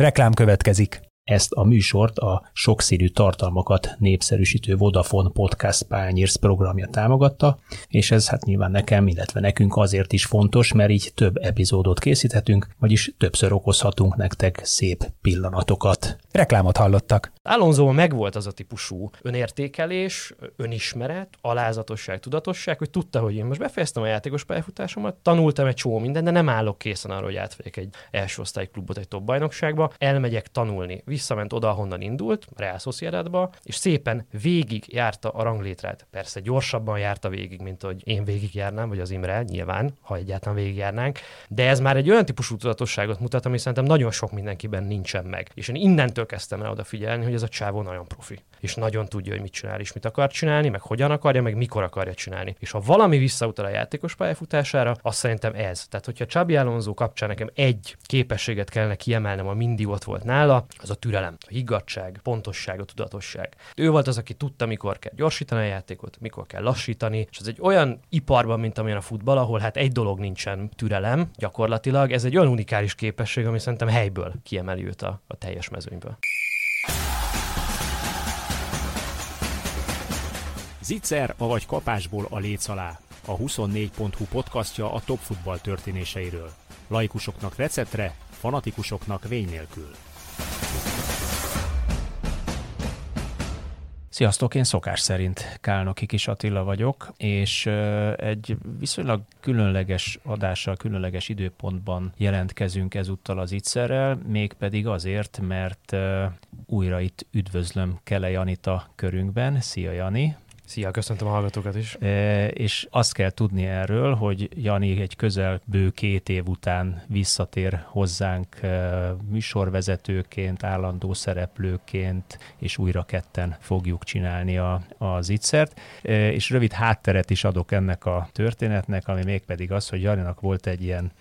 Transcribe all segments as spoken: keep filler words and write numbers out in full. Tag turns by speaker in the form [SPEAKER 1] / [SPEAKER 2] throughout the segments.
[SPEAKER 1] Reklám következik. Ezt a műsort a sokszínű tartalmakat népszerűsítő Vodafone Podcast Pioneers programja támogatta, és ez hát nyilván nekem, illetve nekünk azért is fontos, mert így több epizódot készíthetünk, vagyis többször okozhatunk nektek szép pillanatokat. Reklámot hallottak.
[SPEAKER 2] Alonsoban megvolt az a típusú önértékelés, önismeret, alázatosság, tudatosság, hogy tudta, hogy én most befejeztem a játékos pályafutásomat, tanultam egy csomó mindent, de nem állok készen arra, hogy átvegyek egy első osztály klubot egy top bajnokságba, elmegyek tanulni. Visszament oda, ahonnan indult, Real Sociedadba, és szépen végig járta a ranglétrát. Persze gyorsabban járta végig, mint hogy én végigjárnám, vagy az Imre, nyilván, ha egyáltalán végigjárnánk, de ez már egy olyan típusú tudatosságot mutat, ami szerintem nagyon sok mindenkiben nincsen meg. És én innentől kezdtem el odafigyelni, hogy ez a csávó nagyon profi, és nagyon tudja, hogy mit csinál, és mit akar csinálni, meg hogyan akarja, meg mikor akarja csinálni. És ha valami visszautal a játékos pályafutására, azt szerintem ez. Tehát, hogyha Xabi Alonso kapcsán nekem egy képességet kellene kiemelnem, a mindig ott volt nála, az a türelem, a higgadtság, pontosság, a tudatosság. Ő volt az, aki tudta, mikor kell gyorsítani a játékot, mikor kell lassítani, és ez egy olyan iparban, mint amilyen a futball, ahol hát egy dolog nincsen, türelem, gyakorlatilag. Ez egy olyan unikális képesség, ami szerintem helyből kiemeli őt a, a teljes mezőnyből.
[SPEAKER 3] Zicser, avagy kapásból a léc alá. A huszonnégy pont hu podcastja a top futball történéseiről. Laikusoknak receptre, fanatikusoknak vény nélkül.
[SPEAKER 1] Sziasztok, én szokás szerint Kálnoki Kis Attila vagyok, és egy viszonylag különleges adással, különleges időpontban jelentkezünk ezúttal az Zicserrel, mégpedig azért, mert újra itt üdvözlöm Kele Janit a körünkben. Szia, Jani!
[SPEAKER 2] Szia, köszöntöm a hallgatókat is.
[SPEAKER 1] E, és azt kell tudni erről, hogy Jani egy közel bő két év után visszatér hozzánk e, műsorvezetőként, állandó szereplőként, és újra ketten fogjuk csinálni a, a Zicsert. E, és rövid hátteret is adok ennek a történetnek, ami mégpedig az, hogy Janinak volt egy ilyen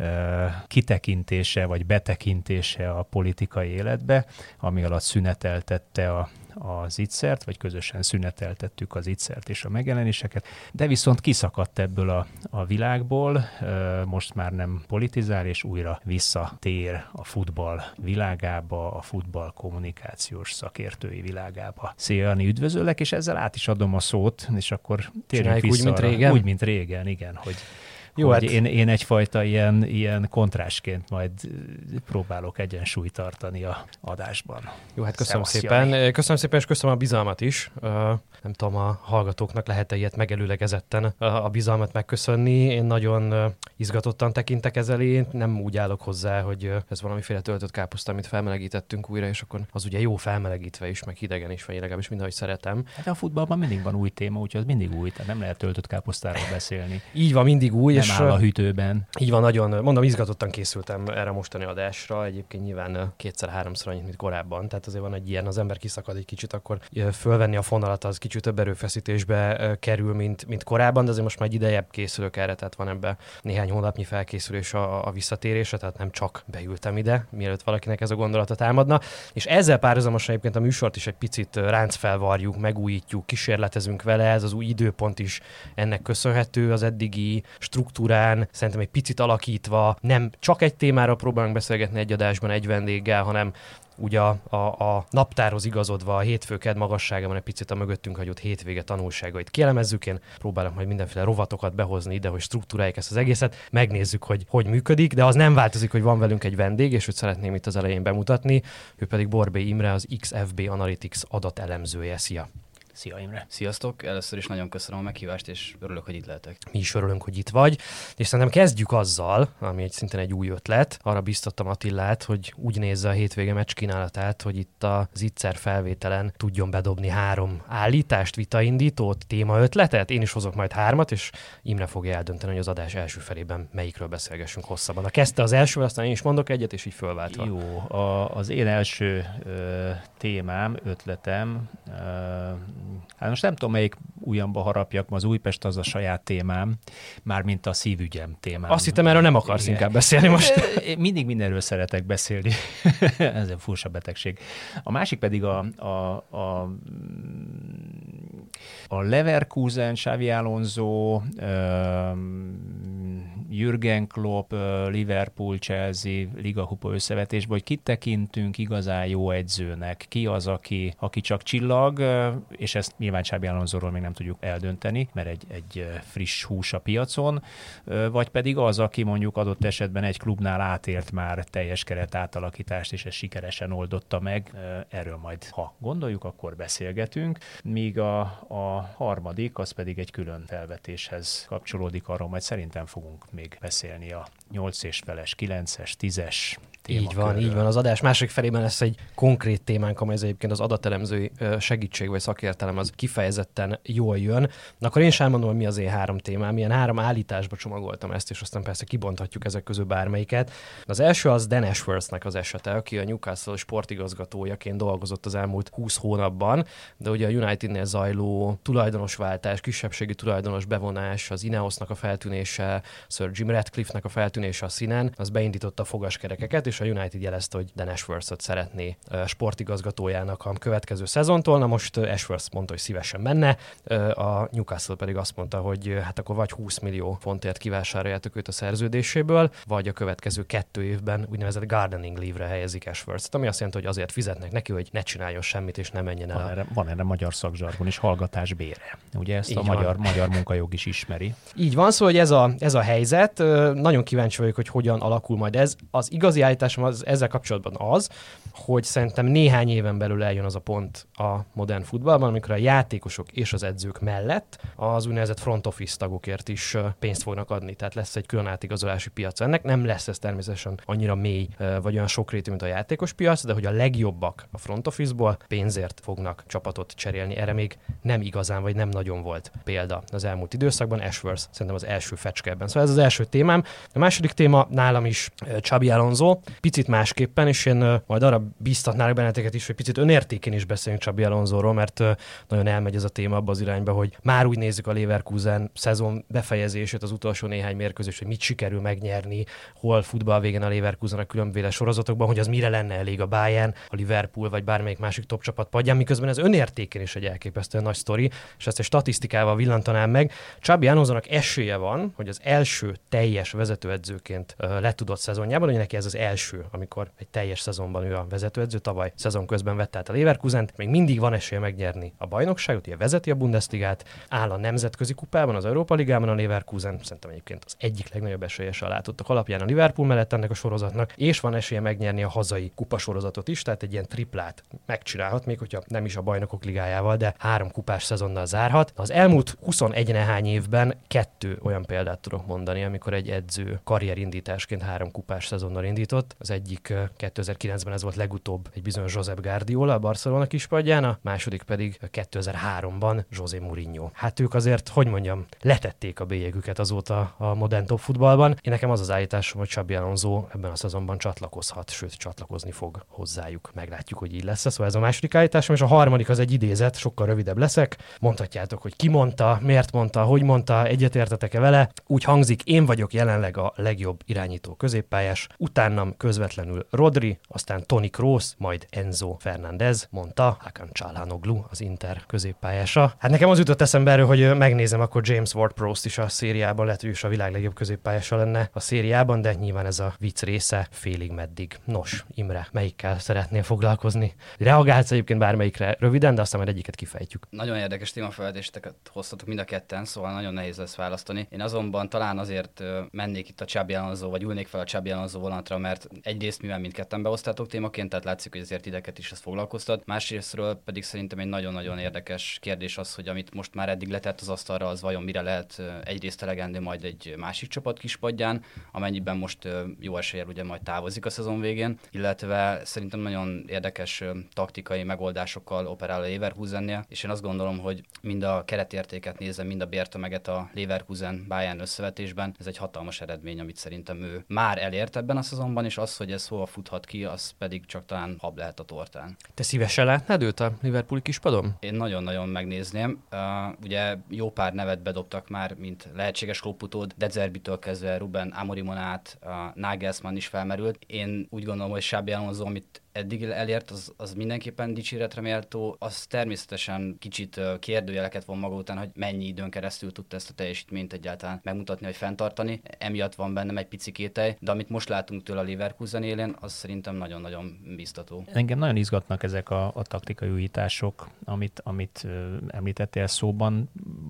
[SPEAKER 1] e, kitekintése, vagy betekintése a politikai életbe, ami alatt szüneteltette a a Zicsert, vagy közösen szüneteltettük az Zicsert és a megjelenéseket, de viszont kiszakadt ebből a, a világból, most már nem politizál, és újra visszatér a futball világába, a futball kommunikációs szakértői világába. Szia, Jani, üdvözöllek, és ezzel át is adom a szót, és akkor térjünk vissza.
[SPEAKER 2] Úgy, mint régen?
[SPEAKER 1] Úgy, mint régen, igen, hogy
[SPEAKER 2] Jó,
[SPEAKER 1] hogy
[SPEAKER 2] hát...
[SPEAKER 1] én, én egyfajta ilyen, ilyen kontrásként majd próbálok egyensúlyt tartani a adásban.
[SPEAKER 2] Jó, hát köszönöm
[SPEAKER 1] Szevasz,
[SPEAKER 2] szépen.
[SPEAKER 1] Jani.
[SPEAKER 2] Köszönöm szépen, és köszönöm a bizalmat is. Uh, nem tudom, a hallgatóknak lehet-e ilyet megelőlegezetten a bizalmat megköszönni. Én nagyon uh, izgatottan tekintek ez elé. Nem úgy állok hozzá, hogy uh, ez valamiféle töltött káposzta, amit felmelegítettünk újra, és akkor az ugye jó felmelegítve is, meg hidegen is, vagy legalábbis mindenhogy szeretem.
[SPEAKER 1] Hát a futballban mindig van új téma, úgyhogy az mindig új, tehát nem lehet töltött káposztáról beszélni.
[SPEAKER 2] Így van, mindig új.
[SPEAKER 1] Nem
[SPEAKER 2] és
[SPEAKER 1] áll a hűtőben.
[SPEAKER 2] Így van, nagyon, mondom, izgatottan készültem erre a mostani adásra, egyébként nyilván kétszer-háromszor annyit, mint korábban, tehát azért van egy ilyen, az ember kiszakad egy kicsit, akkor fölvenni a fonalat az kicsit több erőfeszítésbe kerül, mint, mint korábban, de azért most már egy idejebb készülök erre, tehát van ebbe néhány hónapnyi felkészülés a, a visszatérésre, tehát nem csak beültem ide, mielőtt valakinek ez a gondolata támadna, és ezzel párhuzamosan egyébként a műsort is egy picit ráncfelvarjuk, megújítjuk, kísérletezünk vele, ez az új időpont is ennek köszönhető, az eddigi struktúrán szerintem egy picit alakítva, nem csak egy témáról próbálunk beszélgetni egy adásban egy vendéggel, hanem ugye a, a, a naptárhoz igazodva a hétfő-kedd magasságában egy picit a mögöttünk hagyott hétvége tanulságait kielemezzük. Én próbálok majd mindenféle rovatokat behozni ide, hogy struktúráljuk ezt az egészet, megnézzük, hogy hogy működik, de az nem változik, hogy van velünk egy vendég, és őt szeretném itt az elején bemutatni. Ő pedig Borbély Imre, az iksz ef bé Analytics adatelemzője. Szia!
[SPEAKER 1] Szia, Imre!
[SPEAKER 4] Sziasztok! Először is nagyon köszönöm a meghívást, és örülök, hogy itt lehetek.
[SPEAKER 2] Mi is örülünk, hogy itt vagy, és szerintem kezdjük azzal, ami egy szintén egy új ötlet. Arra biztattam Attillát, hogy úgy nézze a hétvége meccs kínálatát, hogy itt a Zicser felvételen tudjon bedobni három állítást, vitaindítót, témaötletet. Én is hozok majd hármat, és Imre fogja eldönteni, hogy az adás első felében melyikről beszélgessünk hosszabban. A kezdte az elsővel, aztán én is mondok egyet, és így fölváltva.
[SPEAKER 1] Jó, a, az én első ö, témám, ötletem, ö, hát most nem tudom, melyik ujjamba harapjak, ma az Újpest az a saját témám, mármint a szívügyem témám.
[SPEAKER 2] Azt hittem, erről nem akarsz Igen. inkább beszélni most.
[SPEAKER 1] Én mindig mindenről szeretek beszélni. Ez egy furcsa betegség. A másik pedig a, a, a, a Leverkusen, Xabi Alonso, Jürgen Klopp, Liverpool, Chelsea, ligakupa összevetésben, hogy kit tekintünk igazán jó edzőnek, ki az, aki, aki csak csillag, és ezt nyilván Xabi Alonsoról még nem tudjuk eldönteni, mert egy, egy friss hús a piacon, vagy pedig az, aki mondjuk adott esetben egy klubnál átélt már teljes keret átalakítást, és ezt sikeresen oldotta meg. Erről majd, ha gondoljuk, akkor beszélgetünk. Míg a, a harmadik, az pedig egy külön felvetéshez kapcsolódik, arról majd szerintem fogunk még beszélni a nyolc és feles, kilences, tízes
[SPEAKER 2] Így van, így van. Az adás másik felében lesz egy konkrét témánk, amely ez egyébként az adatelemzői segítség vagy szakértelem az kifejezetten jól jön. Na, akkor én sem mondom, hogy mi az én három témám, milyen három állításba csomagoltam ezt, és aztán persze kibonthatjuk ezek közül bármelyiket. Az első az Dan Ashworthnek az esete, aki a Newcastle sportigazgatójaként dolgozott az elmúlt húsz hónapban, de ugye a Unitednél zajló tulajdonosváltás, kisebbségi tulajdonos bevonás, az Ineosnak a feltűnése, Sir Jim Ratcliffe-nek a feltűnése a színen, az beindította a fogaskerekeket, és a United jelezte, hogy Dan Ashworth-ot szeretné sportigazgatójának a következő szezontól. Na most Ashworth mondta, hogy szívesen menne, a Newcastle pedig azt mondta, hogy hát akkor vagy húsz millió fontért kivásároljátok őt a szerződéséből, vagy a következő kettő évben úgynevezett gardening leave-re helyezik Ashworth-t, ami azt jelenti, hogy azért fizetnek neki, hogy ne csináljon semmit, és ne menjen el.
[SPEAKER 1] Van erre, van erre magyar szakzsargon is, hallgatás bére. Ugye ezt
[SPEAKER 2] Így
[SPEAKER 1] a magyar, magyar munkajog is ismeri.
[SPEAKER 2] Így van, szóval hogy ez a, ez a helyzet. Nagyon kíváncsi vagyok, hogy hogyan alakul majd ez. Az igazi állításom az ezzel kapcsolatban az, hogy szerintem néhány éven belül eljön az a pont a modern futballban, amikor a játékosok és az edzők mellett az úgynevezett front office tagokért is pénzt fognak adni. Tehát lesz egy külön átigazolási piac ennek. Nem lesz ez természetesen annyira mély vagy olyan sokrétű, mint a játékos piac, de hogy a legjobbak a front office-ból pénzért fognak csapatot cserélni. Erre még nem igazán, vagy nem nagyon volt példa az elmúlt időszakban. Ashworth szerintem az első fecske ebben. Szóval ez az első témám. A második téma nálam is Xabi Alonso. Picit másképpen, és én majd arra bíztatnálak benneteket is, hogy picit önértékén is beszéljünk Xabi Alonsoról, mert nagyon elmegy ez a téma abba az irányba, hogy már úgy nézzük a Leverkusen szezon befejezését, az utolsó néhány mérkőzés, hogy mit sikerül megnyerni, hol futball végén a Leverkusen a különböző sorozatokban, hogy az mire lenne elég a Bayern, a Liverpool vagy bármelyik másik top csapat padján, miközben ez önértékén is egy elképesztően nagy sztori, és ezt egy statisztikával villantanám meg. Xabi Alonsonak esélye van, hogy az első teljes vezetőedzőként uh, letudott szezonjában, hogy neki ez az első, amikor egy teljes szezonban ő a vezetőedző, tavaly szezon közben vette át a Leverkusent, még mindig van esélye megnyerni a bajnokságot, ugye vezeti a Bundesligát, áll a nemzetközi kupában, az Európa Ligában a Leverkusen, szerintem egyébként az egyik legnagyobb esélyese látottak alapján a Liverpool mellett ennek a sorozatnak, és van esélye megnyerni a hazai kupasorozatot is, tehát egy ilyen triplát megcsinálhat, még hogyha nem is a Bajnokok Ligájával, de három kupás szezonnal zárhat. Az elmúlt huszonegy nehány évben kettő olyan példát tudok mondani, amikor egy edző karrierindításként három kupás szezonnal indított. Az egyik kétezer-kilencben ez volt legutóbb egy bizonyos Josep Guardiola a Barcelona kispadján, a második pedig kétezer-háromban José Mourinho. Hát ők azért, hogy mondjam, letették a bélyegüket azóta a modern top futballban. Én nekem az az állításom, hogy Xabi Alonso ebben a szezonban csatlakozhat, sőt csatlakozni fog hozzájuk. Meglátjuk, hogy így lesz. Szóval ez a második állításom, és a harmadik az egy idézet, sokkal rövidebb leszek. Mondhatjátok, hogy ki mondta, miért mondta, hogy mondta, egyetértetek-e vele. Úgy hangzik, én vagyok jelenleg a legjobb irányító középpályás, utánam közvetlenül Rodri, aztán Toni Kroos, majd Enzo Fernández, mondta Hakan Çalhanoğlu, az Inter középpályása. Hát nekem az jutott eszembe erről, hogy megnézem akkor James Ward-Prowse is a szériában, lehet, hogy is a világ legjobb középpályása lenne a szériában, de nyilván ez a vicc része félig meddig. Nos, Imre, melyikkel szeretnél foglalkozni? Reagálsz egyébként bármelyikre röviden, de aztán majd egyiket kifejtjük.
[SPEAKER 4] Nagyon érdekes témafelvetéseket hoztatok mind a ketten, szóval nagyon nehéz lesz választani. Én azonban talán azért mennék itt a Xabi Alonso, vagy ülnék fel a Xabi Alonso vonatra, mert egyrészt mivel mindketten behoztátok témaként, tehát látszik, hogy azért ideket is ezt foglalkoztat. Másrésztről pedig szerintem egy nagyon-nagyon érdekes kérdés az, hogy amit most már eddig letett az asztalra, az vajon mire lehet egyrészt elegendő majd egy másik csapat kispadján, amennyiben most jó eséllyel ugye majd távozik a szezon végén, illetve szerintem nagyon érdekes taktikai megoldásokkal operál a Leverkusennél, és én azt gondolom, hogy mind a keretértéket nézve, mind a bértömeget a Leverkusen-Bayern összevetésben, ez egy hatalmas eredmény, amit szerintem ő már elért ebben a szezonban, és az, hogy ez hova futhat ki, az pedig csak talán hab lehet a tortán.
[SPEAKER 2] Te szívesen látnád őt a Liverpooli kispadon?
[SPEAKER 4] Én nagyon-nagyon megnézném. Uh, ugye jó pár nevet bedobtak már, mint lehetséges klubfutód, De Zerbitől kezdve Ruben Amorimon át, uh, Nagelsmann is felmerült. Én úgy gondolom, hogy Xabi Alonso, amit eddig elért, az, az mindenképpen dicséretre méltó, az természetesen kicsit kérdőjeleket von maga után, hogy mennyi időn keresztül tudta ezt a teljesítményt egyáltalán megmutatni, vagy fenntartani. Emiatt van bennem egy pici kételj, de amit most látunk tőle a Leverkusen élén, az szerintem nagyon-nagyon biztató.
[SPEAKER 1] Engem nagyon izgatnak ezek a, a taktikai újítások, amit, amit említettél szóban,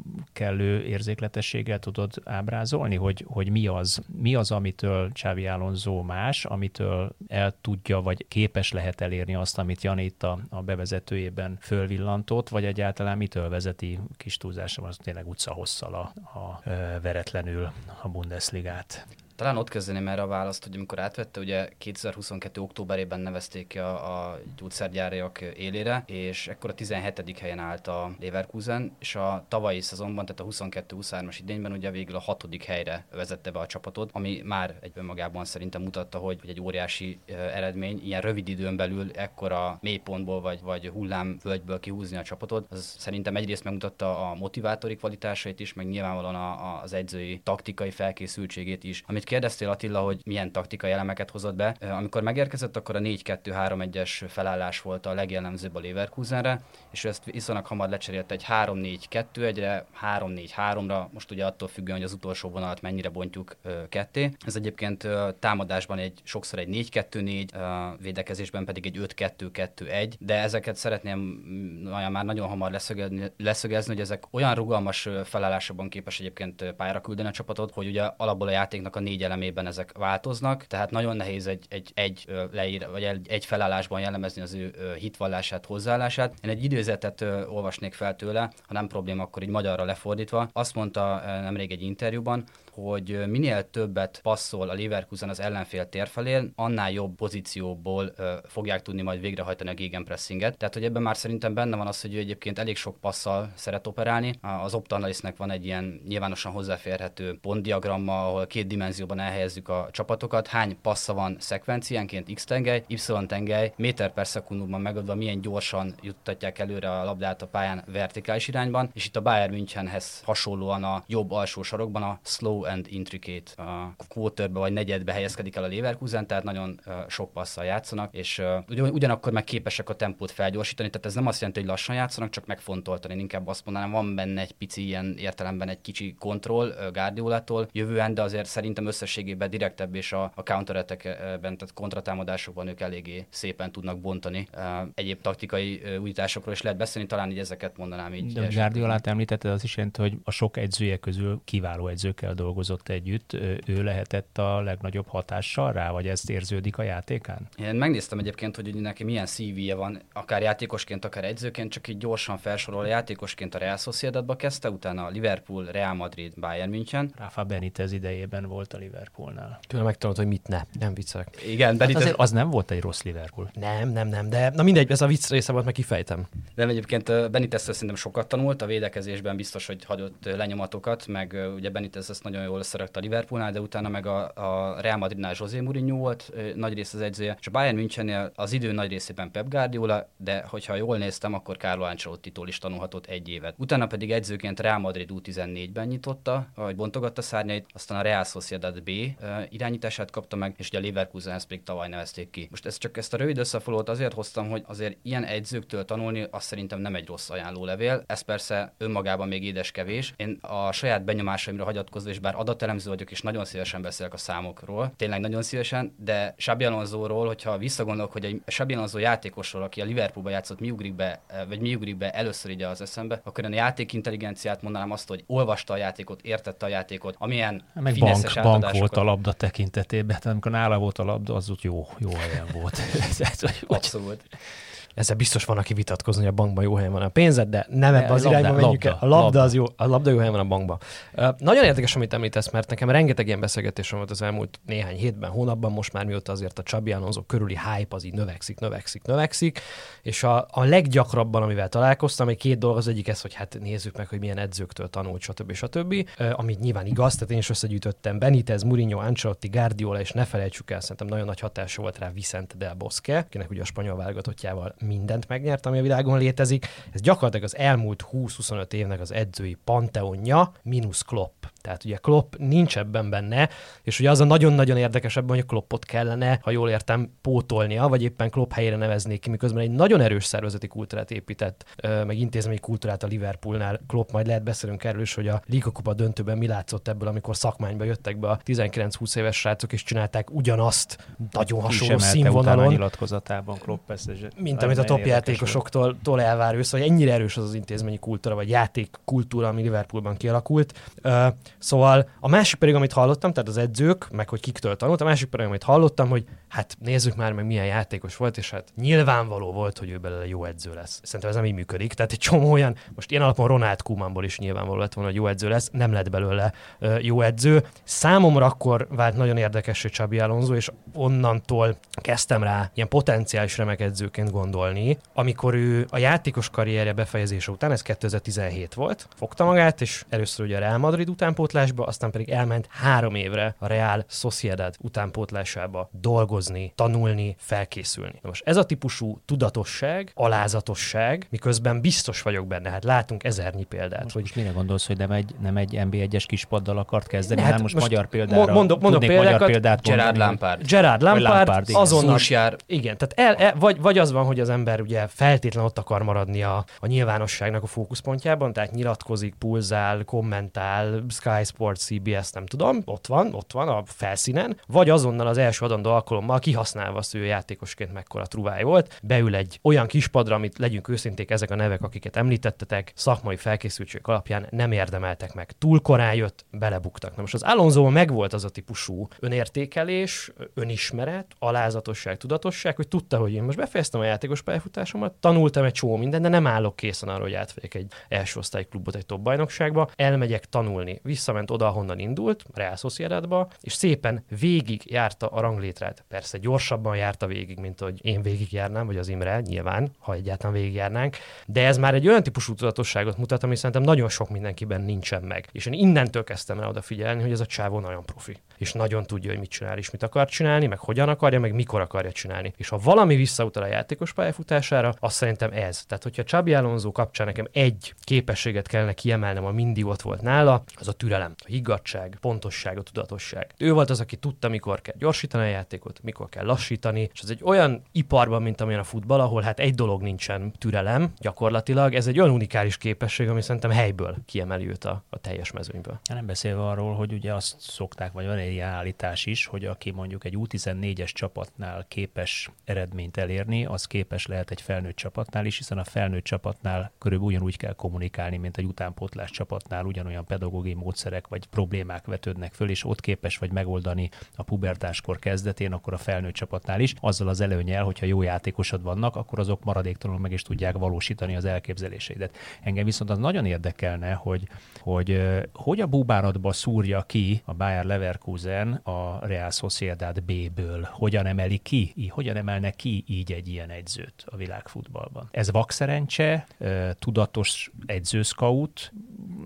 [SPEAKER 1] kellő érzékletességgel tudod ábrázolni, hogy, hogy mi az, mi az, amitől Xabi Alonso más, amitől el tudja, vagy képes lehet elérni azt, amit Jani itt a, a bevezetőjében fölvillantott, vagy egyáltalán mitől vezeti kis túlzásra, az tényleg utcahosszal a, a, a veretlenül a Bundesligát.
[SPEAKER 4] Talán ott kezdeném erre a választ, hogy amikor átvette, ugye kétezer-huszonkettő októberében nevezték ki a, a gyógyszergyáriak élére, és ekkor a tizenhetedik helyen állt a Leverkusen, és a tavalyi szezonban, tehát a huszonkettő huszonhármas idényben ugye végül a hatodik helyre vezette be a csapatot, ami már egy önmagában szerintem mutatta, hogy, hogy egy óriási uh, eredmény, ilyen rövid időn belül ekkora mélypontból vagy, vagy hullámvölgyből kihúzni a csapatot. Az szerintem egyrészt megmutatta a motivátori kvalitásait is, meg nyilvánvalóan a, a, az edzői taktikai felkészültségét is. Amit kérdeztél, Attila, hogy milyen taktikai elemeket hozott be. Amikor megérkezett, akkor a négy kettő három egyes felállás volt a legjellemzőbb a Leverkusenre, és ezt viszonylag hamar lecserélte egy három négy kettő egyre, három négy háromra, most ugye attól függően, hogy az utolsó vonalat mennyire bontjuk ketté. Ez egyébként támadásban egy sokszor egy négy kettő négy, védekezésben pedig egy öt kettő kettő egy, de ezeket szeretném olyan már nagyon hamar leszögezni, leszögezni, hogy ezek olyan rugalmas felállásokban képes egyébként pályára küldeni a csapatot, hogy ugye alapból a játéknak a négy elemében ezek változnak, tehát nagyon nehéz egy, egy, egy leír, vagy egy, egy felállásban jellemezni az ő hitvallását, hozzáállását. Én egy idézetet olvasnék fel tőle, ha nem probléma, akkor így magyarra lefordítva. Azt mondta nemrég egy interjúban, hogy minél többet passzol a Leverkusen az ellenfél térfelén, annál jobb pozícióból ö, fogják tudni majd végrehajtani a gegenpressinget. Tehát, hogy ebben már szerintem benne van az, hogy ő egyébként elég sok passzal szeret operálni. Az Optanalistnek van egy ilyen nyilvánosan hozzáférhető pontdiagramma, ahol két dimenzióban elhelyezzük a csapatokat, hány passza van szekvenciánként, X tengely, Y tengely, méter per szekundumban megadva, milyen gyorsan juttatják előre a labdát a pályán vertikális irányban, és itt a Bayern Münchenhez hasonlóan a jobb alsó sarokban a slow and intricate a quarterbe vagy negyedbe helyezkedik el a Leverkusen, tehát nagyon uh, sok passzal játszanak, és uh, ugyanakkor meg képesek a tempót felgyorsítani, tehát ez nem azt jelenti, hogy lassan játszanak, csak megfontoltani, inkább azt mondanám, van benne egy pici ilyen értelemben egy kicsi kontroll uh, Guardiolától jövően, de azért szerintem összességében direktebb és a, a counter-attack-ben, tehát kontratámadásokban ők eléggé szépen tudnak bontani. Uh, egyéb taktikai uh, újításokról is lehet beszélni, talán így ezeket mondanám így.
[SPEAKER 1] De Guardiolát említetted, az is jelenti, hogy a sok edzője közül kiváló edzőkkel dolgozott együtt, ő lehetett a legnagyobb hatással rá, vagy ezt érződik a játékán?
[SPEAKER 4] Én megnéztem egyébként, hogy neki milyen cé vé-je van, akár játékosként, akár edzőként, csak így gyorsan felsorol, játékosként a Real Sociedadba kezdte, utána a Liverpool, Real Madrid, Bayern München.
[SPEAKER 1] Rafa Benitez idejében volt a Liverpoolnál.
[SPEAKER 2] Tőle megtanult, hogy mit ne, nem viccelek.
[SPEAKER 4] Igen, Benitez...
[SPEAKER 1] Hát azért az nem volt egy rossz Liverpool.
[SPEAKER 2] Nem, nem, nem, de na mindegy, ez a vicc része volt, meg kifejtem.
[SPEAKER 4] De egyébként Beniteztől szerintem sokat tanult, a védekezésben biztos, hogy hagyott lenyomatokat, meg ugye Benitez ezt nagyon jól összerakta a Liverpoolnál, de utána meg a, a Real Madridnál José Mourinho volt nagy rész az edzője, és a Bayern Münchennél az idő nagy részében Pep Guardiola, de hogyha jól néztem, akkor Carlo Ancelottitól is tanulhatott egy évet. Utána pedig edzőként Real Madrid U tizennégyben nyitotta, vagy bontogatta szárnyait, aztán a Real Sociedad B irányítását kapta meg, és ugye a Leverkusenhez pedig tavaly nevezték ki. Most ezt csak ezt a rövid összefoglalót azért hoztam, hogy azért ilyen edzőktől tanulni, azt szerintem nem egy rossz ajánlólevél. Ez persze önmagában még édes kevés. Én a saját benyomásaimra hagyatkozva, és bár adatelemző vagyok, és nagyon szívesen beszélek a számokról, tényleg nagyon szívesen, de Xabi Alonsóról, hogyha visszagondolok, hogy egy Xabi Alonso játékosról, aki a Liverpoolba játszott, mi ugrik be, vagy mi ugrik be először így az eszembe, akkor a játékintelligenciát mondanám azt, hogy olvasta a játékot, értette a játékot, amilyen
[SPEAKER 1] meg bank, bank volt a labda tekintetében, tehát amikor nála volt a labda, az úgy jó, jó helyen volt.
[SPEAKER 4] Abszolút.
[SPEAKER 2] Ezzel biztos van, aki vitatkozni, hogy a bankban jó helyen van a pénzed, de nem ebbe az
[SPEAKER 1] labda,
[SPEAKER 2] irányba menjünk el. A labda,
[SPEAKER 1] labda.
[SPEAKER 2] az jó, a labda jó helyen van a bankban. Uh, nagyon érdekes, amit említesz, mert nekem rengeteg ilyen beszélgetésem volt az elmúlt néhány hétben, hónapban, most már mióta azért a Xabi Alonso körüli hype az így növekszik, növekszik, növekszik, és a, a leggyakrabban, amivel találkoztam, egy két dolog, az egyik ez, hogy hát nézzük meg, hogy milyen edzőktől tanult, stb. stb. Uh, amit nyilván igaz, tehát én is összegyűjtöttem Benitez, Mourinho, Ancelotti, Guardiola, és ne felejtsük el, szerintem nagyon nagy hatása volt rá Vicente del Bosque, akinek ugye a spanyol válogatottjával mindent megnyert, ami a világon létezik. Ez gyakorlatilag az elmúlt húsz-huszonöt évnek az edzői panteonja, mínusz Klopp. Tehát ugye Klopp nincs ebben benne, és ugye az a nagyon-nagyon érdekes ebben, hogy a Kloppot kellene, ha jól értem, pótolnia, vagy éppen Klopp helyére neveznék ki, miközben egy nagyon erős szervezeti kultúrát épített, meg intézményi kultúrát a Liverpoolnál. Klopp, majd lehet beszélünk erről is, hogy a Liga Kupa döntőben mi látszott ebből, amikor szakmányba jöttek be a tizenkilenc-húsz éves srácok, és csinálták ugyanazt nagyon hasonló színvonalon,
[SPEAKER 1] nyilatkozatában Klopp ezt,
[SPEAKER 2] mint amit a top játékosoktól tól elvár ősz, hogy ennyire erős az az intézményi kultúra, vagy játékkultúra, ami Liverpoolban kialakult. Uh, szóval a másik pedig, amit hallottam, tehát az edzők, meg hogy kiktől tanult, a másik pedig, amit hallottam, hogy hát nézzük már meg milyen játékos volt, és hát nyilvánvaló volt, hogy ő belőle jó edző lesz. Szerintem ez nem így működik. Tehát egy csomó olyan, most ilyen alapon Ronald Koemanból is nyilvánvaló lett volna, hogy jó edző lesz, nem lett belőle uh, jó edző. Számomra akkor vált nagyon érdekes, hogy Xabi Alonso, és onnantól kezdtem rá ilyen potenciális remek edzőként gondolni, amikor ő a játékos karrierje befejezése után, ez kétezer-tizenhét volt, fogta magát, és először ugye a Real Madrid utánpótlásba, aztán pedig elment három évre a Real Sociedad utánpótlásába dolgozni, tanulni, felkészülni. Na most ez a típusú tudatosság, alázatosság, miközben biztos vagyok benne, hát látunk ezernyi példát.
[SPEAKER 1] Most,
[SPEAKER 2] hogy...
[SPEAKER 1] most mire gondolsz, hogy nem egy, nem egy en bé egyes kispaddal akart kezdeni,
[SPEAKER 2] hát
[SPEAKER 1] hát most,
[SPEAKER 2] most
[SPEAKER 1] magyar példára,
[SPEAKER 2] mondok, mondok
[SPEAKER 1] tudnék magyar példát
[SPEAKER 4] Gerard
[SPEAKER 1] mondani,
[SPEAKER 4] Lampard.
[SPEAKER 2] Gerard Lampard,
[SPEAKER 1] Lampard,
[SPEAKER 2] azonnal,
[SPEAKER 4] Solskjaer.
[SPEAKER 2] igen, tehát el, el, vagy, vagy az van, hogy az ember ugye feltétlenül ott akar maradni a, a nyilvánosságnak a fókuszpontjában, tehát nyilatkozik, pulzál, kommentál, Sky Sports, cé bé es, nem tudom, ott van, ott van a felszínen, vagy azonnal az első adandó alkalommal kihasználva azt, hogy ő játékosként mekkora truváj volt, beül egy olyan kispadra, amit legyünk őszinték, ezek a nevek, akiket említettetek, szakmai felkészültség alapján nem érdemeltek meg. Túl korán jött, belebuktak. Na most az Alonso megvolt az a típusú önértékelés, önismeret, alázatosság, tudatosság, hogy tudta, hogy én most befejeztem a játékos pályafutásomat, tanultam egy csomó mindent, de nem állok készen arra, hogy átvegyek egy első osztály klubot egy top bajnokságba, elmegyek tanulni. Visszament oda, ahonnan indult, Real Sociedadba, és szépen végig járta a ranglétrát. Persze gyorsabban járta végig, mint hogy én végigjárnám, vagy az Imre, nyilván, ha egyáltalán végigjárnánk, de ez már egy olyan típusú tudatosságot mutat, ami szerintem nagyon sok mindenkiben nincsen meg. És én innentől kezdtem el odafigyelni, hogy ez a csávó nagyon profi, és nagyon tudja, hogy mit csinál, és mit akar csinálni, meg hogyan akarja, meg mikor akarja csinálni. És ha valami visszautal a játékos pályafutására, azt szerintem ez. Tehát, hogyha Xabi Alonso kapcsán nekem egy képességet kellene kiemelnem, ami mindig ott volt nála, az a türelem, a higgadtság, pontosság, a tudatosság. Ő volt az, aki tudta, mikor kell gyorsítani a játékot, mikor kell lassítani, és ez egy olyan iparban, mint amilyen a futball, ahol hát egy dolog nincsen, türelem, gyakorlatilag ez egy olyan unikális képesség, ami szerintem helyből kiemeli őt a, a teljes mezőnyből.
[SPEAKER 1] Nem beszélve arról, hogy ugye azt szokták, vagy van egy ilyen állítás is, hogy aki mondjuk egy U tizennégyes csapatnál képes eredményt elérni, az képes lehet egy felnőtt csapatnál is, hiszen a felnőtt csapatnál körülbelül ugyanúgy kell kommunikálni, mint egy utánpótlás csapatnál, ugyanolyan pedagógiai módszerek vagy problémák vetődnek föl, és ott képes vagy megoldani a pubertáskor kezdetén, akkor a felnőtt csapatnál is, azzal az előnnyel, hogyha jó játékosod vannak, akkor azok maradéktalanul meg is tudják valósítani az elképzeléseidet. Engem viszont az nagyon érdekelne, hogy hogy, hogy a búbáratba szúrja ki a Bayer Leverkusen a Real Sociedad B-ből, hogyan emeli ki, hogyan emelne ki így egy ilyen edzőt a világfutballban. Ez vakszerencse, tudatos edzőszkaut,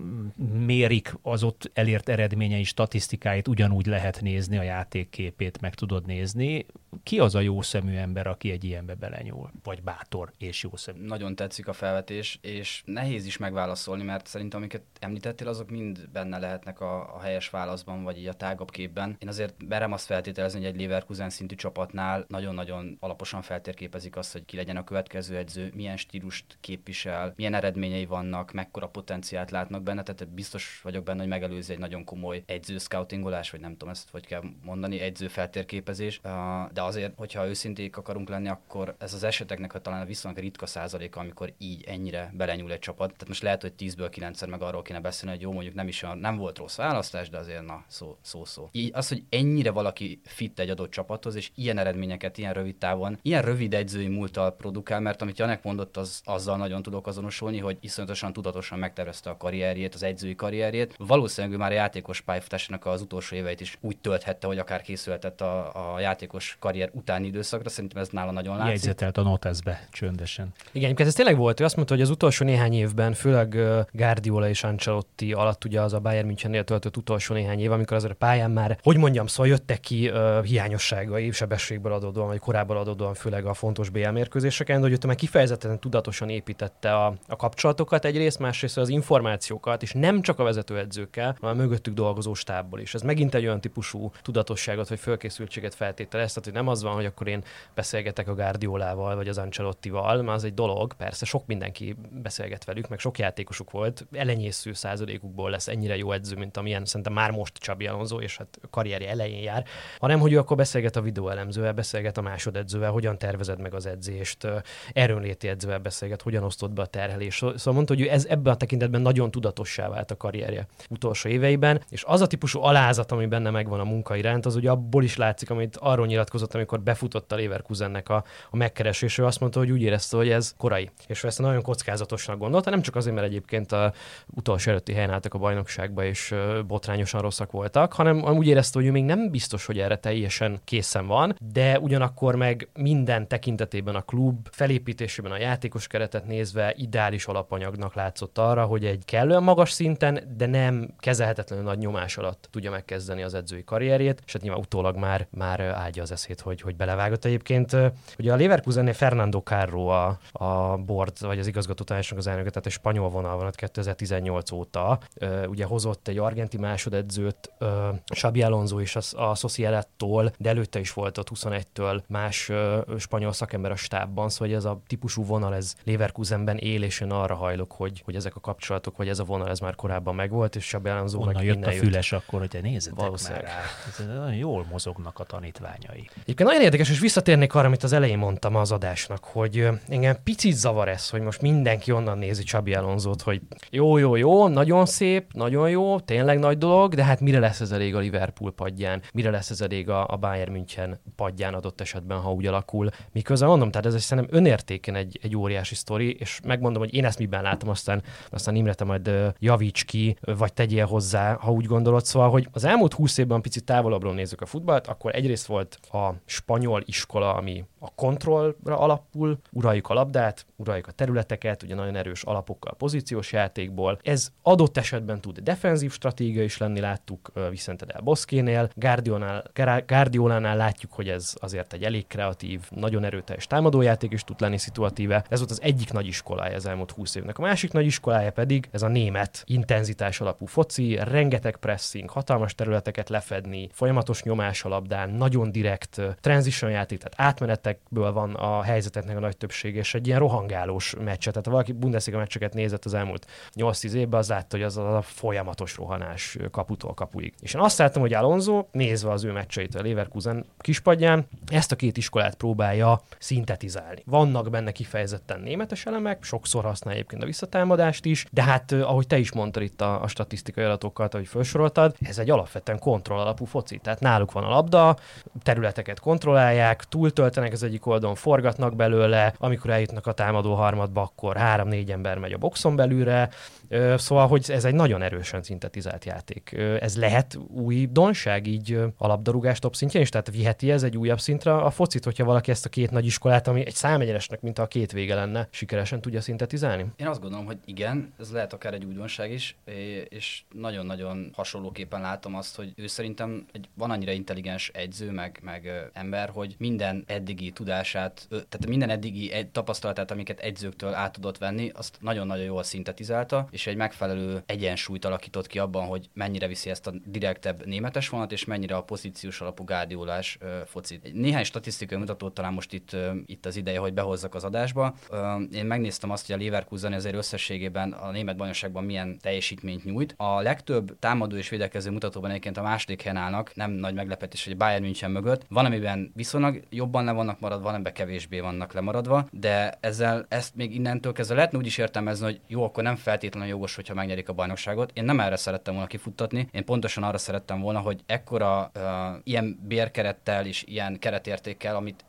[SPEAKER 1] mérik az ott elért eredményei, statisztikáit, ugyanúgy lehet nézni, a játékképét meg tudod nézni. Ki az a jószemű ember, aki egy ilyenbe belenyúl? Vagy bátor és jószemű?
[SPEAKER 4] Nagyon tetszik a felvetés, és nehéz is megválaszolni, mert szerintem amiket említettél, azok mind benne lehetnek a, a helyes válaszban, vagy így a tágabb képben. Én azért merem azt feltételezni, hogy egy Leverkusen szintű csapatnál nagyon-nagyon alaposan feltérképezik azt, hogy ki legyen a következő edző, milyen stílust képvisel, milyen eredményei vannak, mekkora potenciált látnak benne, tehát biztos vagyok benne, hogy megelőzi egy nagyon komoly edző scoutingolás, vagy nem tudom ezt, hogy kell mondani, edző feltérképezés. De azért, hogyha őszinték akarunk lenni, akkor ez az eseteknek a talán a viszonylag ritka százaléka, amikor így ennyire belenyúl egy csapat. Tehát most lehet, hogy tízből kilencszer meg arról kéne beszélni, hogy jó, mondjuk nem is nem volt rossz választás, de azért na, szó, szó, szó. Így az, hogy ennyire valaki fit egy adott csapathoz, és ilyen eredményeket ilyen rövid távon, ilyen rövid edzői múlttal produkál, mert amit Janek mondott, az azzal nagyon tudok azonosulni, hogy iszonyatosan tudatosan megtervezte a karrierjét, az edzői karrierjét. Valószínűleg már a játékos pályafutásának az utolsó éveit is úgy tölthette, hogy akár készülhetett a, a játékos karrier karrier utáni időszakra, szerintem ez nála nagyon látszik.
[SPEAKER 1] Jegyzetelt a noteszbe csöndesen.
[SPEAKER 2] Igen, ez tényleg volt, ő azt mondta, hogy az utolsó néhány évben, főleg Guardiola és Ancelotti alatt ugye az a Bayern Münchennél töltött utolsó néhány év, amikor azért a pályán már, hogy mondjam, szóval jöttek ki uh, hiányosságai, sebességből adódóan, vagy korábban adódóan, főleg a fontos bé el mérkőzéseken, de hogy ő már kifejezetten tudatosan építette a, a kapcsolatokat egyrészt, másrészt az információkat, és nem csak a vezetőedzőkkel, hanem a mögöttük dolgozó stábból is. Ez megint egy olyan típusú tudatosságot vagy fölkészültséget feltételez, tehát hogy nem az van, hogy akkor én beszélgetek a Guardiolával vagy az Ancelottival, mert az egy dolog, persze sok mindenki beszélget velük, meg sok játékosuk volt, elenyésző százalékukból lesz ennyire jó edző, mint amilyen szerintem már most Xabi Alonso, és hát karrierje elején jár, hanem hogy ő akkor beszélget a videóelemzővel, beszélget a másodedzővel, hogyan tervezed meg az edzést, erőnléti edzővel beszélget, hogyan osztott be a terhelés. Szóval mondta, hogy ez ebben a tekintetben nagyon tudatossá vált a karrierje utolsó éveiben, és az a típusú alázat, ami benne megvan a munka iránt, az ugye abból is látszik, amit arról nyilatkozott, amikor befutott a Leverkusennek a, a megkeresés, ő azt mondta, hogy úgy érezte, hogy ez korai. És ezt nagyon kockázatosnak gondolta, nem csak azért, mert egyébként a utolsó előtti helyen álltak a bajnokságba, és botrányosan rosszak voltak, hanem úgy érezte, hogy ő még nem biztos, hogy erre teljesen készen van, de ugyanakkor meg minden tekintetében a klub felépítésében a játékos keretet nézve ideális alapanyagnak látszott arra, hogy egy kellően magas szinten, de nem kezelhetetlenül nagy nyomás alatt tudja megkezdeni az edzői karrierjét, és hát nyilván utólag már, már áldja az eszét, hogy, hogy belevágott. Egyébként ugye a Leverkusennél Fernando Carro a, a board, vagy az igazgatótanácsnak az elnöke, tehát egy spanyol vonal van kétezer-tizennyolc óta. Ugye hozott egy argentin másodedzőt, Xabi Alonso és a, a Sociedadtól, de előtte is volt ott huszonegytől más spanyol szakember a stábban, szóval ez a típusú vonal ez Leverkusenben él, és én arra hajlok, hogy, hogy ezek a kapcsolatok, vagy ez a vonal ez már korábban megvolt, és Xabi Alonso
[SPEAKER 1] meg jött a füles jött. Akkor, hogy te nézzetek már rá. Ez nagyon jól mozognak a tanítványai.
[SPEAKER 2] Egyébként nagyon érdekes, és visszatérnék arra, amit az elején mondtam az adásnak, hogy engem picit zavar ez, hogy most mindenki onnan nézi Xabi Alonsót, hogy jó, jó, jó, nagyon szép, nagyon jó, tényleg nagy dolog, de hát mire lesz ez elég a Liverpool padján, mire lesz ez elég a, a Bayern München padján adott esetben, ha úgy alakul. Miközben mondom, tehát ez egy szerintem önértéken egy, egy óriási sztori, és megmondom, hogy én ezt miben látom, aztán, aztán Imre, te majd uh, javíts ki, vagy tegyél hozzá, ha úgy gondolod. Szóval, hogy az elmúlt húsz évben picit távolabbról nézzük a futballt, akkor egyrészt volt a spanyol iskola, ami a kontrollra alapul, uraljuk a labdát, uraljuk a területeket, ugye nagyon erős alapokkal, pozíciós játékból. Ez adott esetben tud defenzív stratégia is lenni, láttuk uh, Vicente del Bosquénél, Guardiolánál, Guardiolánál látjuk, hogy ez azért egy elég kreatív, nagyon erőteljes támadójáték is tud lenni szituatíve. Ez volt az egyik nagy iskolája az elmúlt húsz évnek. A másik nagy iskolája pedig ez a német intenzitás alapú foci, rengeteg pressing, hatalmas területeket lefedni, folyamatos nyomás a labdán, nagyon direkt transition játék, tehát átmenetekből van a helyzeteknek a nagy többség, és egy ilyen rohangálós meccset. Tehát ha valaki Bundesliga meccseket nézett az elmúlt nyolc-tíz évben, az látta, hogy az a folyamatos rohanás kaputól kapuig. És én azt láttam, hogy Alonso, nézve az ő meccseit a Leverkusen kispadján, ezt a két iskolát próbálja szintetizálni. Vannak benne kifejezetten németes elemek, sokszor használ egyébként a visszatámadást is, de hát ahogy te is mondtad itt a, a statisztikai adatokat, ahogy felsoroltad, ez egy alapvetően kontroll alapú foci. Tehát náluk van a labda, területeket kontrollálják, túltöltenek az egyik oldalon, forgatnak belőle, amikor eljutnak a támadó harmadba, akkor három-négy ember megy a boxon belülre. Szóval, hogy ez egy nagyon erősen szintetizált játék. Ez lehet újdonság így a labdarúgás top szintjén is, tehát viheti ez egy újabb szintre a focit, hogyha valaki ezt a két nagy iskolát, ami egy számegyenesnek, mint a két vége lenne, sikeresen tudja szintetizálni?
[SPEAKER 4] Én azt gondolom, hogy igen, ez lehet akár egy újdonság is, és nagyon-nagyon hasonlóképpen látom azt, hogy ő szerintem egy, van annyira intelligens egyző, meg, meg ember, hogy minden eddigi tudását, tehát minden eddigi tapasztalatát, amiket egyzőktől át tudott venni, azt nagyon-nagyon jól szintetizálta, és egy megfelelő egyensúlyt alakított ki abban, hogy mennyire viszi ezt a direktebb németes vonalat, és mennyire a pozíciós alapú gárdiolás uh, focit. Néhány statisztikai mutatót talán most itt, uh, itt az ideje, hogy behozzak az adásba. Uh, én megnéztem azt, hogy a Leverkusen azért összességében a német bajnokságban milyen teljesítményt nyújt. A legtöbb támadó és védekező mutatóban egyébként a második helyen állnak, nem nagy meglepetés, hogy Bayern München mögött. Van, amiben viszonylag jobban le vannak maradva, van, amiben kevésbé vannak lemaradva, de ezzel ezt még innentől kezdve lehetne úgy is értelmezni, hogy jó, akkor nem feltétlenül jogos, hogyha megnyerik a bajnokságot. Én nem erre szerettem volna kifuttatni, én pontosan arra szerettem volna, hogy ekkora uh, ilyen bérkerettel és ilyen keretértékkel, amit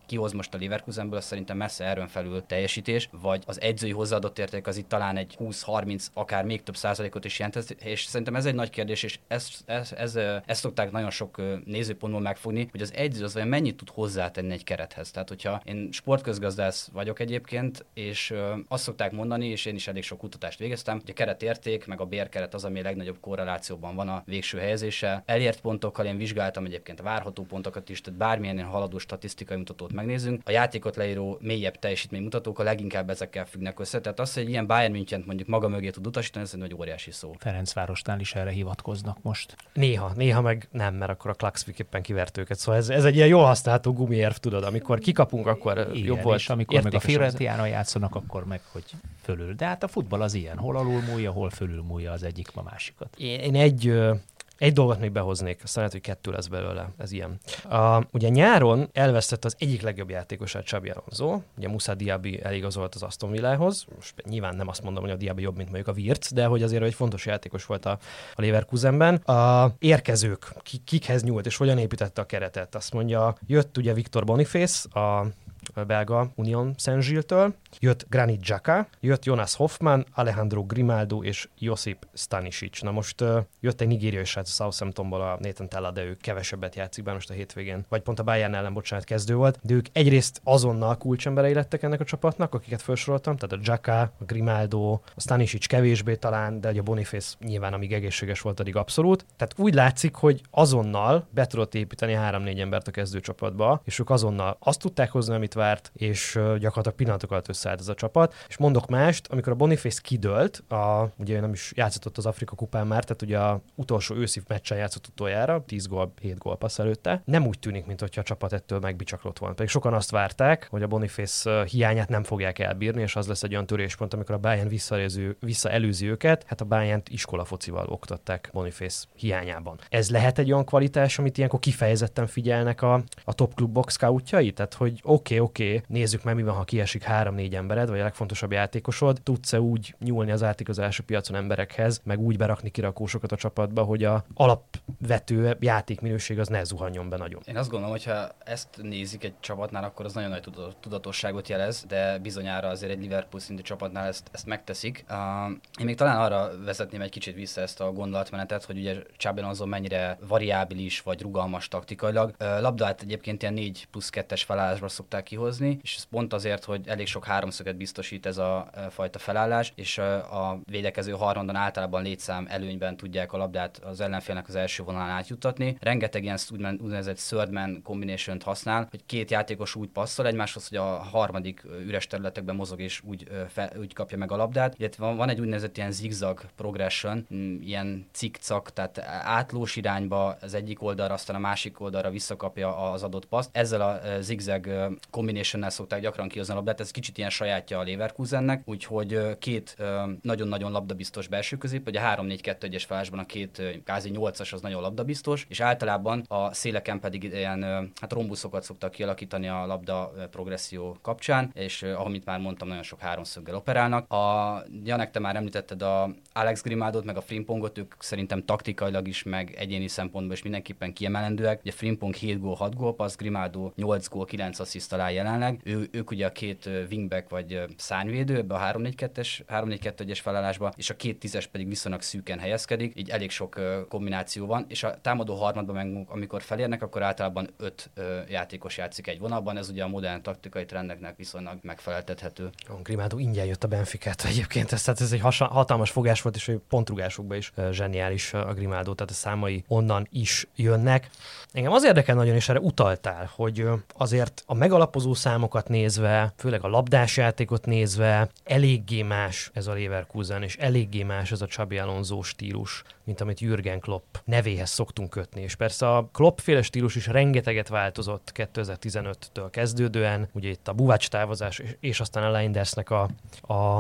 [SPEAKER 4] kihoz most a Leverkusenből, az szerintem messze erőn felül teljesítés, vagy az edzői hozzáadott érték az itt talán egy húsz-harminc, akár még több százalékot is jelent, és szerintem ez egy nagy kérdés, és ezt, ez, ez, ezt szokták nagyon sok nézőpontból megfogni, hogy az edző az vajon mennyit tud hozzátenni egy kerethez. Tehát, hogyha én sportközgazdász vagyok egyébként, és azt szokták mondani, és én is elég sok kutatást végeztem, hogy a keretérték, meg a bérkeret az, ami a legnagyobb korrelációban van a végső helyezéssel. Elért pontokkal én vizsgáltam egyébként a várható pontokat is, tehát bármilyen ilyen haladó statisztikai mutatót megnézünk. A játékot leíró mélyebb teljesítménymutatók a leginkább ezekkel függnek össze. Tehát az, hogy ilyen Bayern Münchent mondjuk maga mögé tud utasítani, ez egy nagy óriási szó.
[SPEAKER 1] Ferencvárosnál is erre hivatkoznak most.
[SPEAKER 2] Néha, néha meg nem, mert akkor a Klaxvik éppen kivert őket. Szóval ez, ez egy ilyen jól használható gumiérv, tudod, amikor kikapunk, akkor
[SPEAKER 1] igen,
[SPEAKER 2] jobb volt.
[SPEAKER 1] És amikor meg a Fiorentinával játszanak, akkor meg, hogy fölül. De hát a futball az ilyen, hol alul múlja, hol fölül múlja az egyik a másikat.
[SPEAKER 2] Én, én egy... Egy dolgot még behoznék, aztán lehet, hogy kettő lesz belőle, ez ilyen. Uh, ugye nyáron elvesztett az egyik legjobb játékosát Xabi Alonso, ugye Moussa Diaby eligazolt az Aston Villahoz, most nyilván nem azt mondom, hogy a Diaby jobb, mint mondjuk a Wirtz, de hogy azért egy fontos játékos volt a, a Leverkusenben. A érkezők, kikhez nyúlt és hogyan építette a keretet, azt mondja, jött ugye Victor Boniface, a a belga Union Saint-Gilles-től, jött Granit Xhaka, jött Jonas Hoffman, Alejandro Grimaldo és Josip Stanisic. Na most uh, jött egy nigériai srác a Southamptonból, a Nathan Tella, de ő kevesebbet játszik be most a hétvégén, vagy pont a Bayern ellen, bocsánat, kezdő volt, de ők egyrészt azonnal kulcsemberei lettek ennek a csapatnak, akiket felsoroltam, tehát a Xhaka, a Grimaldo, a Stanisic kevésbé talán, de a Boniface nyilván, amíg egészséges volt, addig abszolút. Tehát úgy látszik, hogy azonnal be tudott építeni három-négy embert a kezdőcsapatba, és ők azonnal azt tudták hozni, amit várt, és gyakorlatilag pillanatok alatt összeállt ez a csapat. És mondok mást, amikor a Boniface kidőlt, a, ugye ő nem is játszott az Afrika kupán már, tehát ugye az utolsó őszi meccsen játszott utoljára, tíz gól, hét gól passz előtte. Nem úgy tűnik, mintha a csapat ettől megbicsaklott volna. Pedig sokan azt várták, hogy a Boniface hiányát nem fogják elbírni, és az lesz egy olyan töréspont, amikor a Bayern visszaelőzi, visszaelőzi őket, hát a Bayernt iskolafocival oktatták Boniface hiányában. Ez lehet egy olyan kvalitás, amit ilyenkor kifejezetten figyelnek a, a top klubok scoutjai? Tehát, hogy oké, okay, oké, okay, nézzük meg, mi van, ha kiesik három-négy embered, vagy a legfontosabb játékosod, tudsz-e úgy nyúlni az átigazolási piacon emberekhez, meg úgy berakni kirakósokat a csapatba, hogy a alapvető játékminőség az ne zuhanjon be nagyon.
[SPEAKER 4] Én azt gondolom, hogy ha ezt nézik egy csapatnál, akkor az nagyon nagy tudatosságot jelez, de bizonyára azért egy Liverpool szintű csapatnál ezt, ezt megteszik. Uh, én még talán arra vezetném egy kicsit vissza ezt a gondolatmenetet, hogy ugye Xabi Alonso mennyire variábilis vagy rugalmas taktikailag. Uh, labdát egyébként ilyen négy plusz kettes felállásra szokták kihozni, és ez pont azért, hogy elég sok háromszöget biztosít ez a fajta felállás, és a védekező harmadon általában létszám előnyben tudják a labdát az ellenfélnek az első vonalán átjuttatni. Rengeteg ilyen úgynevezett third man combination-t használ, hogy két játékos úgy passzol egymáshoz, hogy a harmadik üres területekben mozog és úgy, fe, úgy kapja meg a labdát. Illetve van, van egy úgynevezett ilyen zigzag progression, ilyen cikcak, tehát átlós irányba az egyik oldalra, aztán a másik oldalra visszakapja az adott paszt. Ezzel a zigzag combinationnel szokták gyakran kihozni a labdát, ez kicsit ilyen sajátja a Leverkusennek, úgyhogy két nagyon-nagyon labdabiztos belső közép, ugye a három négy kettő egyes felállásban a két kázi nyolcas az nagyon labdabiztos, és általában a széleken pedig ilyen hát rombuszokat szoktak kialakítani a labda progresszió kapcsán, és ahogy már mondtam, nagyon sok háromszöggel operálnak. A Janek, te már említetted a Alex Grimaldot, meg a Frimpongot, ők szerintem taktikailag is, meg egyéni szempontból is mindenképpen kiemelendőek. Ugye Frimpong hét gól, hat gól, passz, Grimaldo nyolc gól, kilenc assziszt talál jelenleg. Ő, ők ugye a két wingback vagy szárnyvédő ebbe a három négy kettes, három négy kettő egyes felállásba, és a két tízes pedig viszonylag szűken helyezkedik, így elég sok kombináció van, és a támadó harmadban meg, amikor felérnek, akkor általában öt játékos játszik egy vonalban, ez ugye a modern taktikai trendeknek viszonylag megfeleltethető.
[SPEAKER 2] Grimaldo ingyen jött a Benficától egyébként, ez, tehát ez egy hasa, hatalmas fogás volt, és hogy pontrugásokban is zseniális a Grimaldo, tehát a számai onnan is jönnek. Engem az érdekel nagyon, és erre utaltál, hogy azért a megalapozó számokat nézve, főleg a labdás játékot nézve, eléggé más ez a Leverkusen, és eléggé más ez a Xabi Alonso stílus, mint amit Jürgen Klopp nevéhez szoktunk kötni. És persze a Klopp-féle stílus is rengeteget változott kétezer-tizenöttől kezdődően, ugye itt a Buvacs távozás, és, és aztán a Leindersnek a, a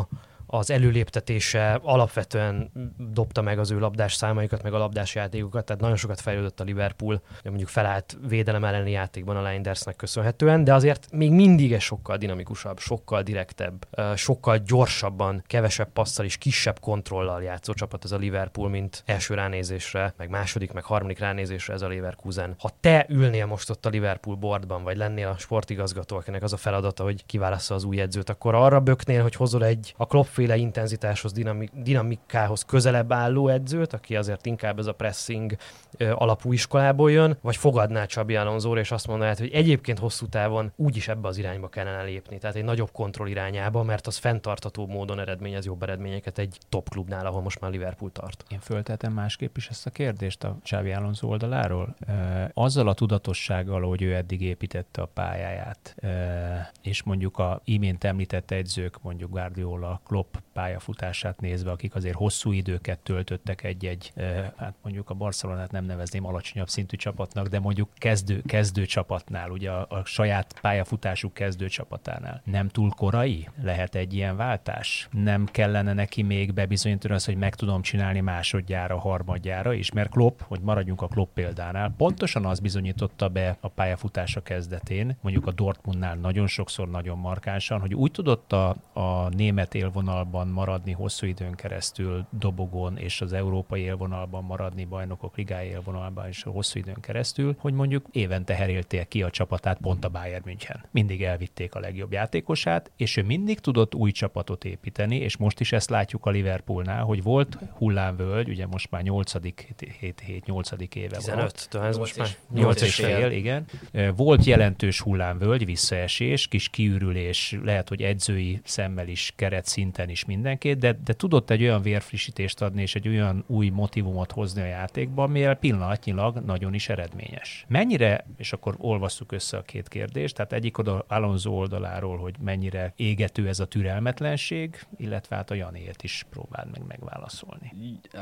[SPEAKER 2] az előléptetése, alapvetően dobta meg az ő labdás számaikat, meg a labdás játékokat, tehát nagyon sokat fejlődött a Liverpool, mondjuk felállt védelem elleni játékban a Reindersnek köszönhetően, de azért még mindig egy sokkal dinamikusabb, sokkal direktebb, sokkal gyorsabban, kevesebb passzal és kisebb kontrollal játszó csapat ez a Liverpool, mint első ránézésre, meg második, meg harmadik ránézésre ez a Leverkusen. Ha te ülnél most ott a Liverpool boardban, vagy lennél a sportigazgató, akinek az a feladata, hogy kiválassza az új edzőt, akkor arra böknél, hogy hozol egy a Klopp-féle intenzitáshoz, dinamik, dinamikához közelebb álló edzőt, aki azért inkább ez a pressing ö, alapú iskolából jön, vagy fogadnál Xabi Alonsóra, és azt mondanád, hogy egyébként hosszú távon úgyis ebbe az irányba kellene lépni, tehát egy nagyobb kontroll irányába, mert az fenntartható módon eredményez jobb eredményeket egy top klubnál, ahol most már Liverpool tart.
[SPEAKER 1] Én föltettem másképp is ezt a kérdést a Xabi Alonso oldaláról. E, azzal a tudatossággal, hogy ő eddig építette a pályáját, e, és mondjuk a imént említett edzők, mondjuk Guardiola, Klopp pályafutását nézve, akik azért hosszú időket töltöttek egy-egy, e, hát mondjuk a Barcelonát nem nevezném alacsonyabb szintű csapatnak, de mondjuk kezdő, kezdő csapatnál, ugye a, a saját pályafutásuk kezdő csapatánál. Nem túl korai lehet egy ilyen váltás? Nem kellene neki még bebizonyítani azt, hogy meg tudom csinálni másodjára, harmadjára is? Mert Klopp, hogy maradjunk a Klopp példánál, pontosan az bizonyította be a pályafutása kezdetén, mondjuk a Dortmundnál nagyon sokszor, nagyon markánsan, hogy úgy tudott a, a német élvonalban maradni hosszú időn keresztül dobogón, és az európai élvonalban maradni, bajnokok ligája élvonalban is hosszú időn keresztül, hogy mondjuk évente herélték ki a csapatát pont a Bayern München. Mindig elvitték a legjobb játékosát, és ő mindig tudott új csapatot építeni, és most is ezt látjuk a Liverpoolnál, hogy volt hullámvölgy, ugye most már nyolcadik, hét nyolcadik éve
[SPEAKER 2] tizenöt,
[SPEAKER 1] van.
[SPEAKER 2] ez most már
[SPEAKER 1] nyolc és fél, igen. Volt jelentős hullámvölgy, visszaesés, kis kiürülés, lehet, hogy edzői szemmel is, keret szinten is mindenkit, de, de tudott egy olyan vérfrissítést adni, és egy olyan új motivumot hozni a játékban, mivel pillanatnyilag nagyon is eredményes. Mennyire, és akkor olvasszuk össze a két kérdést, tehát egyik oda Alonso oldaláról, hogy mennyire égető ez a türelmetlenség, illetve hát a Janiét is próbáld meg megválaszolni.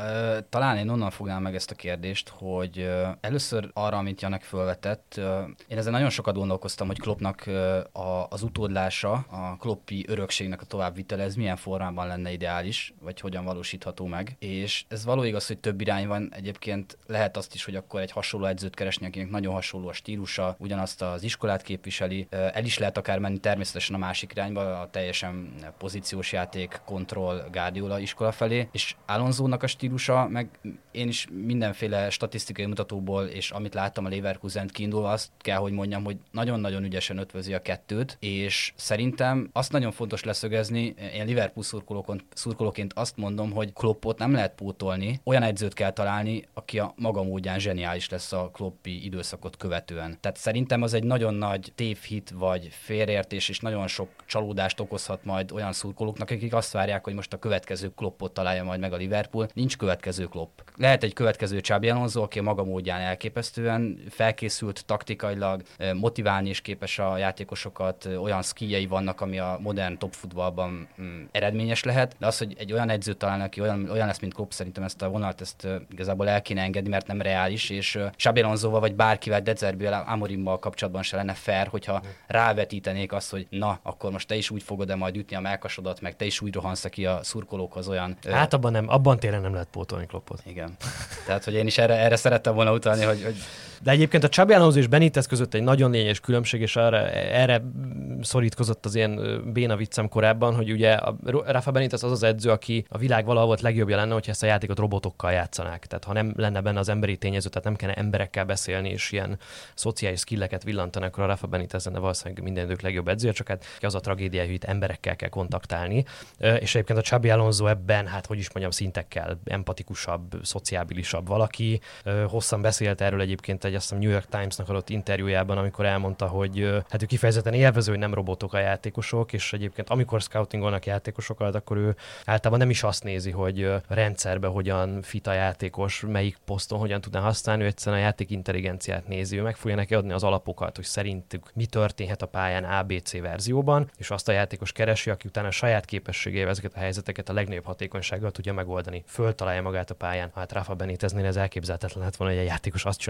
[SPEAKER 4] Talán én onnan fognám meg ezt a kérdést, hogy először arra, amit Janek felvetett, én ezen nagyon sokat gondolkoztam, hogy Kloppnak az utódlása, a Kloppi örökségnek a továbbvitele, ez milyen formában lenne ideális, vagy hogyan valósítható meg. És ez való igaz, hogy több irány van. Egyébként lehet azt is, hogy akkor egy hasonló edzőt keresni, akinek nagyon hasonló a stílusa, ugyanazt az iskolát képviseli. El is lehet akár menni természetesen a másik irányba, a teljesen pozíciós játék, kontroll, Guardiola iskola felé, és Alonsónak a stílusa, meg én is mindenféle statisztikai mutatóból, és amit láttam a Leverkusent kiindulva, azt kell, hogy mondjam, hogy nagyon-nagyon ügyesen ötvözi a kettőt, és szerintem azt nagyon fontos leszögezni, én Liverpool szurkolóként azt mondom, hogy Kloppot nem lehet pótolni, olyan edzőt kell találni, aki a maga módján zseniális lesz a Kloppi időszakot követően. Tehát szerintem az egy nagyon nagy tévhit vagy félreértés, és nagyon sok csalódást okozhat majd olyan szurkolóknak, akik azt várják, hogy most a következő Kloppot találja majd meg a Liverpool. Nincs következő Klopp. Lehet egy következő Xabi Alonso, aki a maga módján elképesztően felkészült taktikailag, motiválni is képes a játékosokat, olyan skilljei vannak, ami a modern top futballban mm, eredményes lehet, de az, hogy egy olyan edzőt találnak, aki olyan, olyan lesz, mint Klopp, szerintem ezt a vonalat ezt igazából el kéne engedni, mert nem reális, és Xabi Alonsoval vagy bárkivel, De Zerbivel, Amorimmal kapcsolatban se lenne fair, hogyha rávetítenék azt, hogy na, akkor most te is úgy fogod-e majd ütni a mellkasodat, meg te is úgy rohansz ki a szurkolókhoz olyan...
[SPEAKER 2] Hát abban, nem, abban tényleg nem lehet pótolni Kloppot.
[SPEAKER 4] Igen. Tehát, hogy én is erre, erre szerettem volna utalni, hogy, hogy...
[SPEAKER 2] De egyébként a Xabi Alonso és Benitez között egy nagyon lényeges különbség, és erre, erre szorítkozott az ilyen béna viccem korábban, hogy ugye a Rafa Benitez az az edző, aki a világ valahol volt legjobbja lenne, hogyha ezt a játékot robotokkal játszanák. Tehát ha nem lenne benne az emberi tényező, tehát nem kellene emberekkel beszélni, és ilyen szociális skilleket villantanak, akkor a Rafa Benitez lenne valószínűleg minden idők legjobb edzője, csak hát az a tragédia, hogy itt emberekkel kell kontaktálni. És egyébként a Xabi Alonso ebben, hát hogy is mondjam, szintekkel empatikusabb, szociábilisabb valaki. Hosszan beszélt erről egyébként egy azt hiszem New York Times-nak adott interjújában, amikor elmondta, hogy hát ő kifejezetten élvező, hogy nem robotok a játékosok, és egyébként amikor scoutingolnak játékosokat, akkor ő általában nem is azt nézi, hogy a rendszerbe hogyan fit a játékos, melyik poszton hogyan tudná használni, ő egyszerűen a játék intelligenciát nézi, ő meg fogja neki adni az alapokat, hogy szerintük mi történhet a pályán á bé cé verzióban, és azt a játékos keresi, aki utána a saját képességével ezeket a helyzeteket a legnagyobb hatékonysággal tudja megoldani. Föltalálja magát a pályán. Hát Rafa Beniteznél ez elképzelhetetlen lett volna, hogy a játékos azt csinál a pályán,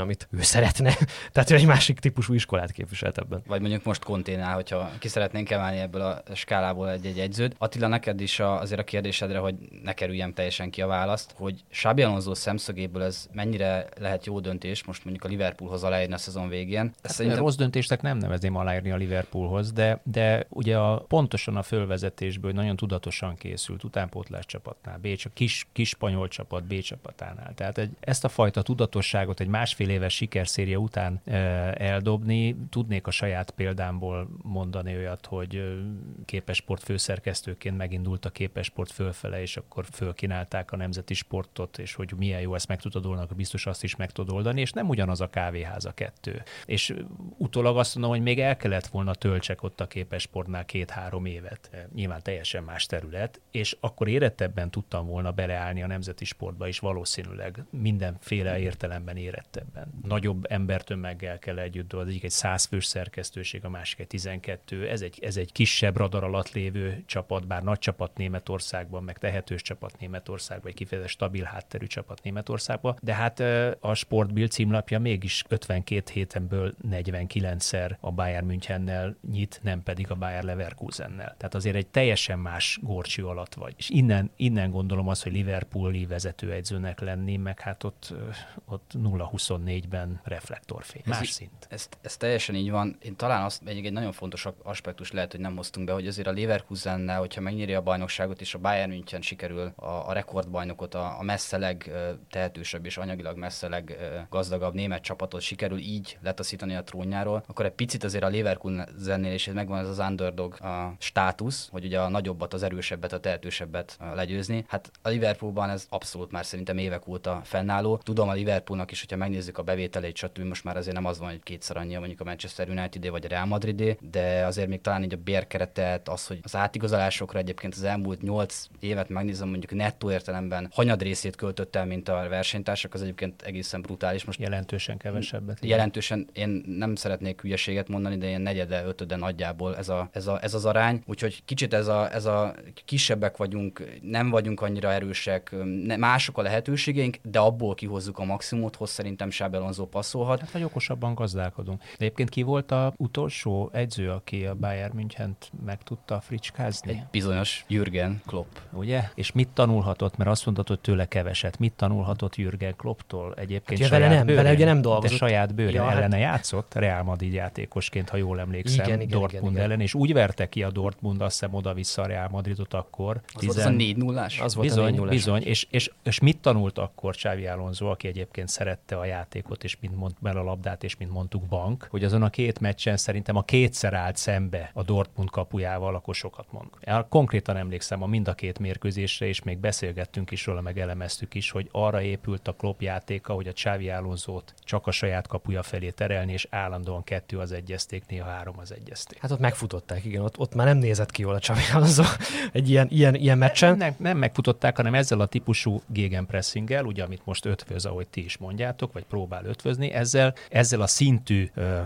[SPEAKER 2] amit ő szeretne. Tehát ő egy másik típusú iskolát képviselt ebben.
[SPEAKER 4] Vagy mondjuk most Conténál, hogyha ki szeretnénk emelni ebből a skálából egy-egy egyzőt. Attila, neked is a, azért a kérdésedre, hogy ne kerüljem teljesen ki a választ, hogy Xabi Alonso szemszögéből ez mennyire lehet jó döntés most mondjuk a Liverpoolhoz aláírni a szezon végén.
[SPEAKER 1] Hát szerintem... Rossz döntésnek nem nevezném aláírni a Liverpoolhoz, de, de ugye a, pontosan a fölvezetésből nagyon tudatosan készült utánpótlás csapatnál, B, a kis, kis spanyol csapat B csapatánál. Tehát egy, ezt a fajta tudatosságot egy másfél éves sikerszéria után e, eldobni, tudnék a saját példámból mondani olyat, hogy Képesport főszerkesztőként megindult a Képesport fölfele, és akkor fölkínálták a nemzeti sportot, és hogy milyen jó, ezt meg tudod oldani, akkor biztos azt is meg tudod oldani, és nem ugyanaz a kávéház a kettő. És utólag azt mondom, hogy még el kellett volna töltsek ott a Képesportnál két-három évet. Nyilván teljesen más terület, és akkor érettebben tudtam volna beleállni a nemzeti sportba is, valószínűleg mindenféle értelemben érettebben. Nagyobb embertömeggel kell együtt, az egyik egy százfős szerkesztőség, a másik egy tizenkettő. Ez egy, ez egy kisebb radar alatt lévő csapat, bár nagy csapat Németországban, meg tehetős csapat Németországban, egy kifejezetten stabil hátterű csapat Németországban, de hát a Sportbild címlapja mégis ötvenkét hétenből negyvenkilencszer a Bayern Münchennel nyit, nem pedig a Bayer Leverkusennel. Tehát azért egy teljesen más górcső alatt vagy. És innen, innen gondolom azt, hogy Liverpooli vezetőedzőnek lenni, meg hát ott, ott nulla huszonnégyben reflektorfény. Más
[SPEAKER 4] ez,
[SPEAKER 1] szint.
[SPEAKER 4] Ez, ez teljesen így van. Én talán azt, egy, egy nagyon fontos aspektus lehet, hogy nem hoztunk be, hogy azért a Leverkusennel, hogyha megnyeri a bajnokságot, és a Bayern München sikerül a, a rekordbajnokot, a, a messze legtehetősebb és anyagilag messze leggazdagabb német csapatot sikerül így letaszítani a trónjáról, akkor egy picit azért a Leverkusennél is megvan ez az underdog a státusz, hogy ugye a nagyobbat, az erősebbet, a tehetősebbet legyőzni. Hát a Liverpoolban ez abszolút már szerintem évek óta fennálló. Tudom, a Liverpoolnak is, hogyha megnézzük a bevételeit, stb. Most már azért nem az van, hogy kétszer annyi mondjuk a Manchester Unitedé vagy a Real Madridé, de azért még talán így a bérkeretet, az, hogy az átigazolásokra egyébként az elmúlt nyolc évet megnézem, mondjuk nettó értelemben hanyad részét költött el, mint a versenytársak, az egyébként egészen brutális. Most
[SPEAKER 1] jelentősen kevesebbet.
[SPEAKER 4] Jelentősen, én nem szeretnék hülyeséget mondani, de ilyen negyede, ötöde nagyjából ez, a, ez, a, ez az arány. Úgyhogy kicsit ez a, ez a kisebbek vagyunk, nem vagyunk annyira erősek, ne, mások a lehetőségeink, de abból kihozzuk a maximumot, hoz szerintem Xabi Alonso passzolhat.
[SPEAKER 1] Hát, vagy okosabban gazdálkodunk. De egyébként ki volt az utolsó edző, aki a Bayern Münchent meg tudta fricskázni?
[SPEAKER 4] Egy bizonyos Jürgen Klopp.
[SPEAKER 1] Ugye? És mit tanulhatott, mert azt mondhatod tőle keveset. Mit tanulhatott Jürgen Klopptól? Egyébként
[SPEAKER 2] hát,
[SPEAKER 1] saját
[SPEAKER 2] vele nem,
[SPEAKER 1] bőrén,
[SPEAKER 2] vele ugye nem dolgozott.
[SPEAKER 1] De saját bőrén
[SPEAKER 2] ja,
[SPEAKER 1] ellene
[SPEAKER 2] hát...
[SPEAKER 1] játszott, Real Madrid játékosként, ha jól emlékszem,
[SPEAKER 2] igen, igen,
[SPEAKER 1] Dortmund
[SPEAKER 2] igen,
[SPEAKER 1] ellen, és úgy verte ki a Dortmund, azt hiszem oda-vissza a Real Madridot akkor.
[SPEAKER 4] Az tizen... volt az a négy nullás?
[SPEAKER 2] Az volt
[SPEAKER 1] bizony,
[SPEAKER 2] a négy nullás.
[SPEAKER 1] Bizony, és, és, és mit tanult akkor Xabi Alonso, aki egyébként szerette a játékot, és mint mond, a labdát, és mint mondtuk bank, hogy azon a két meccsen szerintem a kétszer állt szembe a Dortmund kapujával, akkor sokat mond. Konkrétan emlékszem a mind a két mérkőzésre, és még beszélgettünk is róla, meg elemeztük is, hogy arra épült a Klopp játéka, hogy a Xabi Alonsót csak a saját kapuja felé terelni, és állandóan kettő az egyezték, néha három az egyezték.
[SPEAKER 2] Hát ott megfutották, igen, ott, ott már nem nézett ki jól a Xabi Alonso egy ilyen, ilyen, ilyen meccsen.
[SPEAKER 1] Nem, nem megfutották, hanem ezzel a típusú gegenpressinggel, ugye, amit most ötvöz, ahogy ti is mondjátok, vagy próbál ötvözni, ezzel, ezzel a szintű, uh,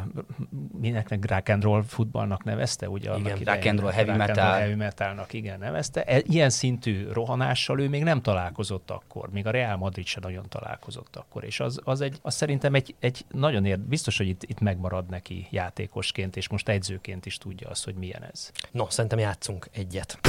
[SPEAKER 1] minek rock and roll futballnak nevezte, ugye?
[SPEAKER 4] Igen, rock and roll, heavy metal.
[SPEAKER 1] Heavy metalnak, igen, nevezte. E, ilyen szintű rohanással ő még nem találkozott akkor, még a Real Madrid sem nagyon találkozott akkor, és az, az, egy, az szerintem egy, egy nagyon ér, biztos, hogy itt, itt megmarad neki játékosként, és most edzőként is tudja azt, hogy milyen ez.
[SPEAKER 2] No, szerintem játszunk egyet.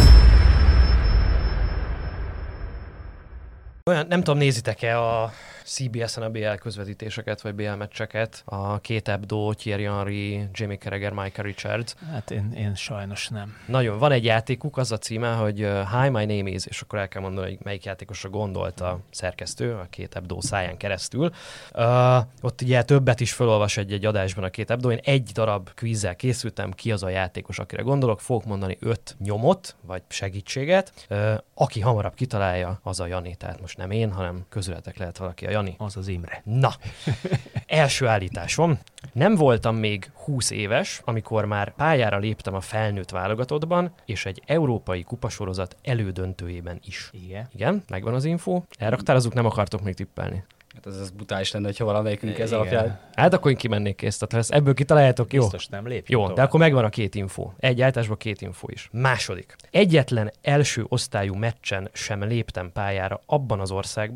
[SPEAKER 2] Olyan, nem tudom, nézitek-e a cé bé es-en a bé el közvetítéseket, vagy bé el meccseket? A két Hebdo, Thierry Henry, Jamie Carragher, Michael Richards.
[SPEAKER 1] Hát én, én sajnos nem.
[SPEAKER 2] Nagyon. Van egy játékuk, az a címe, hogy Hi, my name is, és akkor el kell mondani, hogy melyik játékosra gondolt a szerkesztő, a két Hebdo száján keresztül. Uh, ott ugye többet is felolvas egy-egy adásban a két Hebdo. Én egy darab kvízzel készültem, ki az a játékos, akire gondolok. Fogok mondani öt nyomot, vagy segítséget. Uh, aki hamarabb kitalálja, az a Jani. Tehát most nem én, hanem közületek lehet valaki a Jani.
[SPEAKER 1] Az az Imre.
[SPEAKER 2] Na, első állításom. Nem voltam még húsz éves, amikor már pályára léptem a felnőtt válogatottban, és egy európai kupasorozat elődöntőjében is.
[SPEAKER 1] Igen.
[SPEAKER 2] Igen, megvan az info. Elraktál, azok nem akartok még tippelni.
[SPEAKER 4] Hát ez az brutális lenne, hogyha valamelyikünk ez alapján.
[SPEAKER 2] Hát akkor én kimennék kész. Tehát ha ezt ebből kitaláljátok, jó?
[SPEAKER 1] Biztos nem lépjük
[SPEAKER 2] Jó,
[SPEAKER 1] tovább.
[SPEAKER 2] de akkor megvan a két info. Egy állításban két info is. Második. Egyetlen első osztályú meccsen sem léptem pályára abban az országban,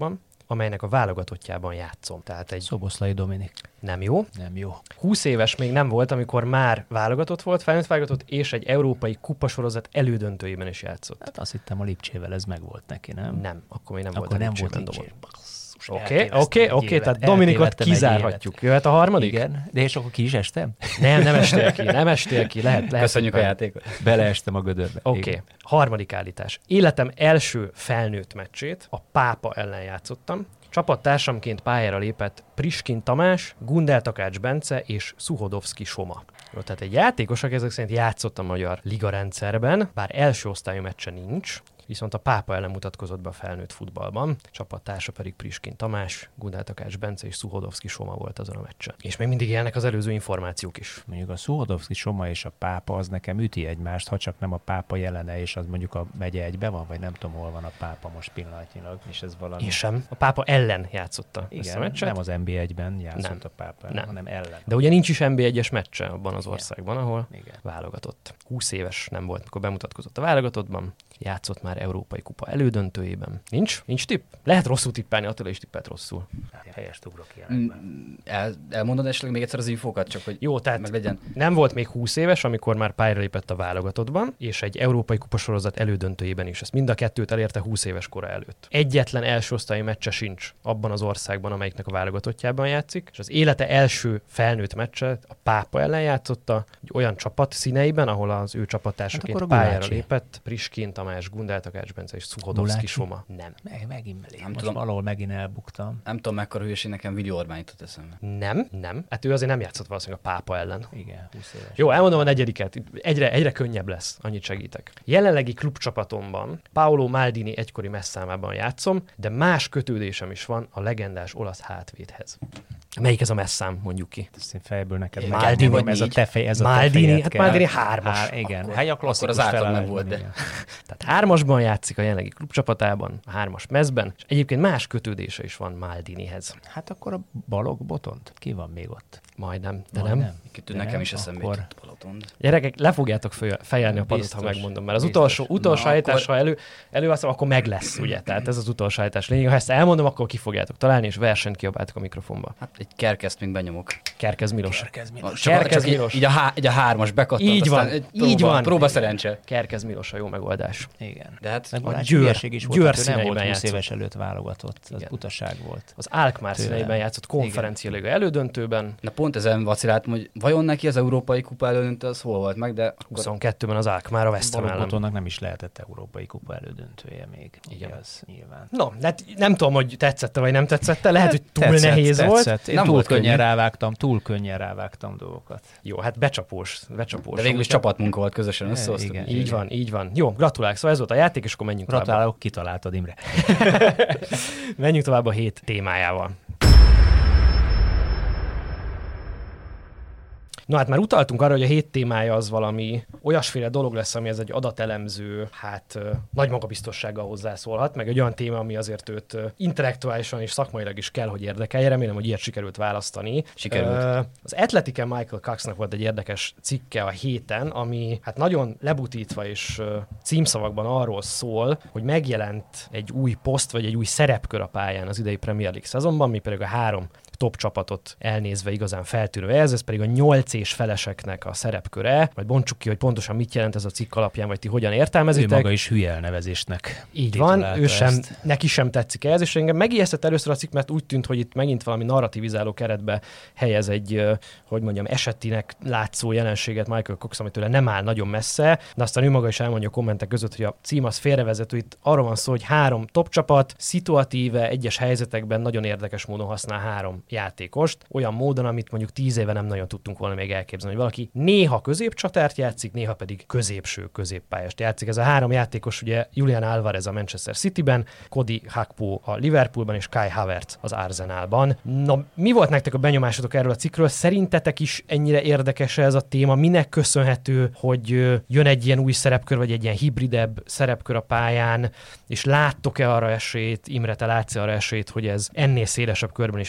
[SPEAKER 2] amelynek a válogatottjában játszom. Tehát egy...
[SPEAKER 1] Szoboszlai Dominik.
[SPEAKER 2] Nem jó.
[SPEAKER 1] Nem jó.
[SPEAKER 2] húsz éves még nem volt, amikor már válogatott volt, felnőtt válogatott, és egy európai kupasorozat elődöntőjében is játszott.
[SPEAKER 1] Hát azt hittem a Lipcsével ez meg volt neki, nem?
[SPEAKER 2] Nem, akkor még nem
[SPEAKER 1] akkor
[SPEAKER 2] volt
[SPEAKER 1] nem
[SPEAKER 2] a Lipcsében
[SPEAKER 1] volt
[SPEAKER 2] dobott.
[SPEAKER 1] Lipcsében.
[SPEAKER 2] Oké, oké, oké, tehát Dominikot kizárhatjuk. Jöhet a harmadik?
[SPEAKER 1] Igen, de és akkor ki is estem?
[SPEAKER 2] Nem, nem estél ki, nem estél ki, lehet. lehet
[SPEAKER 4] Köszönjük a játékot.
[SPEAKER 1] Beleestem a gödörbe.
[SPEAKER 2] Oké, okay. Harmadik állítás. Életem első felnőtt meccsét a Pápa ellen játszottam. Csapattársamként pályára lépett Priskin Tamás, Gundel Takács Bence és Szuhodovszki Soma. Jó, tehát egy játékos, aki ezek szerint játszott a magyar liga rendszerben, bár első osztályú meccse nincs, viszont a Pápa ellen mutatkozott be a felnőtt futballban, csapattársa pedig Priskin Tamás, Gundel Takács Bence és Szuhodovszki Soma volt azon a meccsen. És még mindig élnek az előző információk is.
[SPEAKER 1] Mondjuk a Szuhodovszki Soma és a Pápa az nekem üti egymást, ha csak nem a Pápa jelene, és az mondjuk a megye egybe van, vagy nem tudom, hol van a Pápa most pillanatnyilag, és ez valami...
[SPEAKER 2] Én sem. A Pápa ellen játszotta
[SPEAKER 1] Igen,
[SPEAKER 2] ezt a meccset.
[SPEAKER 1] nem az en bé egyben játszott
[SPEAKER 2] nem.
[SPEAKER 1] a Pápa,
[SPEAKER 2] nem.
[SPEAKER 1] hanem ellen.
[SPEAKER 2] De ugye nincs is en bé egyes meccse abban az országban, ahol
[SPEAKER 1] Igen.
[SPEAKER 2] válogatott. húsz éves nem volt, amikor bemutatkozott a válogatottban, játszott már Európai Kupa elődöntőjében. Nincs? Nincs tipp? Lehet rosszul tippelni, Attila is tippelt rosszul.
[SPEAKER 1] Hát, helyest ugrok ilyenekben.
[SPEAKER 4] El, elmondod esetleg még egyszer az infókat, csak hogy
[SPEAKER 2] Jó, tehát
[SPEAKER 4] meg legyen.
[SPEAKER 2] nem volt még húsz éves, amikor már pályára lépett a válogatottban, és egy Európai Kupasorozat elődöntőjében is. Ezt mind a kettőt elérte húsz éves kora előtt. Egyetlen első osztályi meccse sincs abban az országban, amelyiknek a válogatottjában játszik, és az élete első felnőtt meccse a Pápa ellen játszotta, egy olyan csapat színeiben, ahol az ő csapattársaként
[SPEAKER 1] Hát
[SPEAKER 2] pályára
[SPEAKER 1] Gulácsi.
[SPEAKER 2] lépett, Priskin Tamás, Gundel Takács Bence és Szuhodovszki Soma. Nem.
[SPEAKER 1] Meg, megint belé.
[SPEAKER 4] Nem
[SPEAKER 1] Most
[SPEAKER 4] tudom.
[SPEAKER 1] valahol megint elbuktam.
[SPEAKER 4] Nem tudom, mekkora hülyeség, nekem Vili Orbán jutott eszembe.
[SPEAKER 2] Nem, nem. Hát ő azért nem játszott valószínűleg a Pápa ellen.
[SPEAKER 1] Igen, húsz éves.
[SPEAKER 2] Jó, elmondom a negyediket. Egyre, egyre könnyebb lesz, annyit segítek. Jelenlegi klubcsapatomban Paolo Maldini egykori messzámában játszom, de más kötődésem is van a legendás olasz hátvédhez. Melyik ez a messzám, mondjuk ki?
[SPEAKER 1] Ezt én fejből neked
[SPEAKER 2] Maldini
[SPEAKER 1] megmondom,
[SPEAKER 2] vagy
[SPEAKER 1] ez a
[SPEAKER 4] négy?
[SPEAKER 1] te fej, ez a te
[SPEAKER 2] Maldini,
[SPEAKER 1] fejed
[SPEAKER 2] hát
[SPEAKER 1] kell.
[SPEAKER 2] Maldini hármas.
[SPEAKER 1] Há, igen,
[SPEAKER 4] Akkor-
[SPEAKER 1] hát a
[SPEAKER 4] akkor
[SPEAKER 1] klasszikus
[SPEAKER 4] az átlag
[SPEAKER 1] felállásban,
[SPEAKER 4] meg volt, de-
[SPEAKER 1] igen.
[SPEAKER 2] Tehát hármasban játszik a jelenlegi klubcsapatában, a hármas mezben, és egyébként más kötődése is van Maldinihez.
[SPEAKER 1] Hát akkor a Balogh Botont? Ki van még ott?
[SPEAKER 2] Majdnem, de
[SPEAKER 1] Majdnem.
[SPEAKER 2] nem.
[SPEAKER 4] Kettő
[SPEAKER 1] De
[SPEAKER 4] nekem
[SPEAKER 1] nem,
[SPEAKER 4] is eszembe
[SPEAKER 1] akkor-
[SPEAKER 4] jutott Balaton.
[SPEAKER 2] Gyerekek, le fogjátok föl- fejelni a padot,
[SPEAKER 1] Biztos.
[SPEAKER 2] ha megmondom, mert az
[SPEAKER 1] Biztos.
[SPEAKER 2] utolsó, utolsó
[SPEAKER 4] Na,
[SPEAKER 2] állítás,
[SPEAKER 4] akkor-
[SPEAKER 2] ha elő, előveszem, akkor meg lesz, ugye? Tehát ez az utolsó állítás lényeg. Ha ezt elmondom, akkor ki fogjátok találni, és versenyt kiabáltok a mikrofonba.
[SPEAKER 4] Hát egy kerkeszt még benyomok.
[SPEAKER 2] Kerkez Milos.
[SPEAKER 1] Kerkez
[SPEAKER 4] Csak,
[SPEAKER 1] Milos.
[SPEAKER 4] csak
[SPEAKER 2] Kerkez
[SPEAKER 4] így,
[SPEAKER 2] Milos.
[SPEAKER 4] így, a há, így a hármas bekattant,
[SPEAKER 2] Így van,
[SPEAKER 4] aztán egy
[SPEAKER 2] így
[SPEAKER 4] próba,
[SPEAKER 2] van.
[SPEAKER 4] Próba szerencse.
[SPEAKER 2] Kerkez Milos a jó megoldás.
[SPEAKER 1] Igen.
[SPEAKER 4] De hát
[SPEAKER 1] Meg
[SPEAKER 2] a
[SPEAKER 1] Balázs
[SPEAKER 2] Győr-
[SPEAKER 1] hülyeség is volt,
[SPEAKER 2] Győr
[SPEAKER 1] hát ő nem volt
[SPEAKER 2] színeiben
[SPEAKER 1] húsz
[SPEAKER 2] játszott.
[SPEAKER 1] éves előtt válogatott. Az
[SPEAKER 2] Igen.
[SPEAKER 1] butaság volt.
[SPEAKER 2] Az Alkmaar
[SPEAKER 1] Tőlem.
[SPEAKER 2] színeiben játszott konferencia liga elődöntőben,
[SPEAKER 4] Na pont ezen vaciláltam, hogy vajon neki az Európai Kupa elődöntő az hol volt meg, de akkor
[SPEAKER 2] huszonkettőben az Alkmaar a West Ham
[SPEAKER 1] Balogh
[SPEAKER 2] ellen.
[SPEAKER 1] Botonnak nem is lehetett Európai Kupa elődöntője még.
[SPEAKER 2] Igen.
[SPEAKER 1] Ugye az nyilván.
[SPEAKER 2] No, de hát nem tudom, hogy tetszette vagy nem tetszette, lehet, hogy túl
[SPEAKER 1] Tetszett,
[SPEAKER 2] nehéz
[SPEAKER 1] tetszett.
[SPEAKER 2] volt.
[SPEAKER 1] Én
[SPEAKER 4] Nem
[SPEAKER 1] túl
[SPEAKER 4] volt
[SPEAKER 1] könnyen
[SPEAKER 4] könnyű.
[SPEAKER 1] rávágtam, túl könnyen rávágtam dolgokat.
[SPEAKER 2] Jó, hát becsapós, becsapós.
[SPEAKER 4] de végül is csapatmunka volt, közösen összehoztuk.
[SPEAKER 1] igen.
[SPEAKER 2] Így van, így van. Jó, gratulálok. Szóval ez volt a játék, és akkor menjünk tovább.
[SPEAKER 1] Gratulálok, kitaláltad, Imre.
[SPEAKER 2] Menjünk tovább a hét témájával. No hát már utaltunk arra, hogy a hét témája az valami olyasféle dolog lesz, ami ez egy adatelemző, hát ö, nagy magabiztossággal hozzászólhat, meg egy olyan téma, ami azért őt ö, intellektuálisan és szakmailag is kell, hogy érdekelje. Remélem, hogy ilyet sikerült választani.
[SPEAKER 4] Sikerült.
[SPEAKER 2] Ö, az Athletic-en Michael Coxnak volt egy érdekes cikke a héten, ami hát nagyon lebutítva és ö, címszavakban arról szól, hogy megjelent egy új poszt, vagy egy új szerepkör a pályán az idei Premier League szezonban, mi pedig a három top csapatot elnézve igazán feltűnő ez, ez pedig a nyolc és feleseknek a szerepköre, majd bontsuk ki, hogy pontosan mit jelent ez a cikk alapján, vagy ti hogyan
[SPEAKER 1] Ő
[SPEAKER 2] értelmezitek.
[SPEAKER 1] maga is hülye elnevezésnek.
[SPEAKER 2] Így van,
[SPEAKER 1] titulálta
[SPEAKER 2] ő sem,
[SPEAKER 1] ezt.
[SPEAKER 2] neki sem tetszik ez, és engem megijesztett először a cikk, mert úgy tűnt, hogy itt megint valami narrativizáló keretbe helyez egy, ö, hogy mondjam, esetinek látszó jelenséget Michael Cox, amitől nem áll nagyon messze, de aztán ő maga is elmondja a kommentek között, hogy a cím az félrevezető. Itt arról van szó, hogy három top csapat, szituatíve, egyes helyzetekben nagyon érdekes módon használ három játékost, olyan módon, amit mondjuk tíz éve nem nagyon tudtunk volna még elképzelni, hogy valaki néha középcsatárt játszik, néha pedig középső középpályást játszik. Ez a három játékos, ugye Julian Alvarez a Manchester Cityben, Cody Gakpo a Liverpoolban és Kai Havertz az Arsenalban. Na, mi volt nektek a benyomásotok erről a cikkről? Szerintetek is ennyire érdekes ez a téma? Minek köszönhető, hogy ö, jön egy ilyen új szerepkör, vagy egy ilyen hibridebb szerepkör a pályán, és láttok-e arra esélyt, Imre, te látsz arra esélyt, hogy ez ennél szélesebb körben is megjelenjen?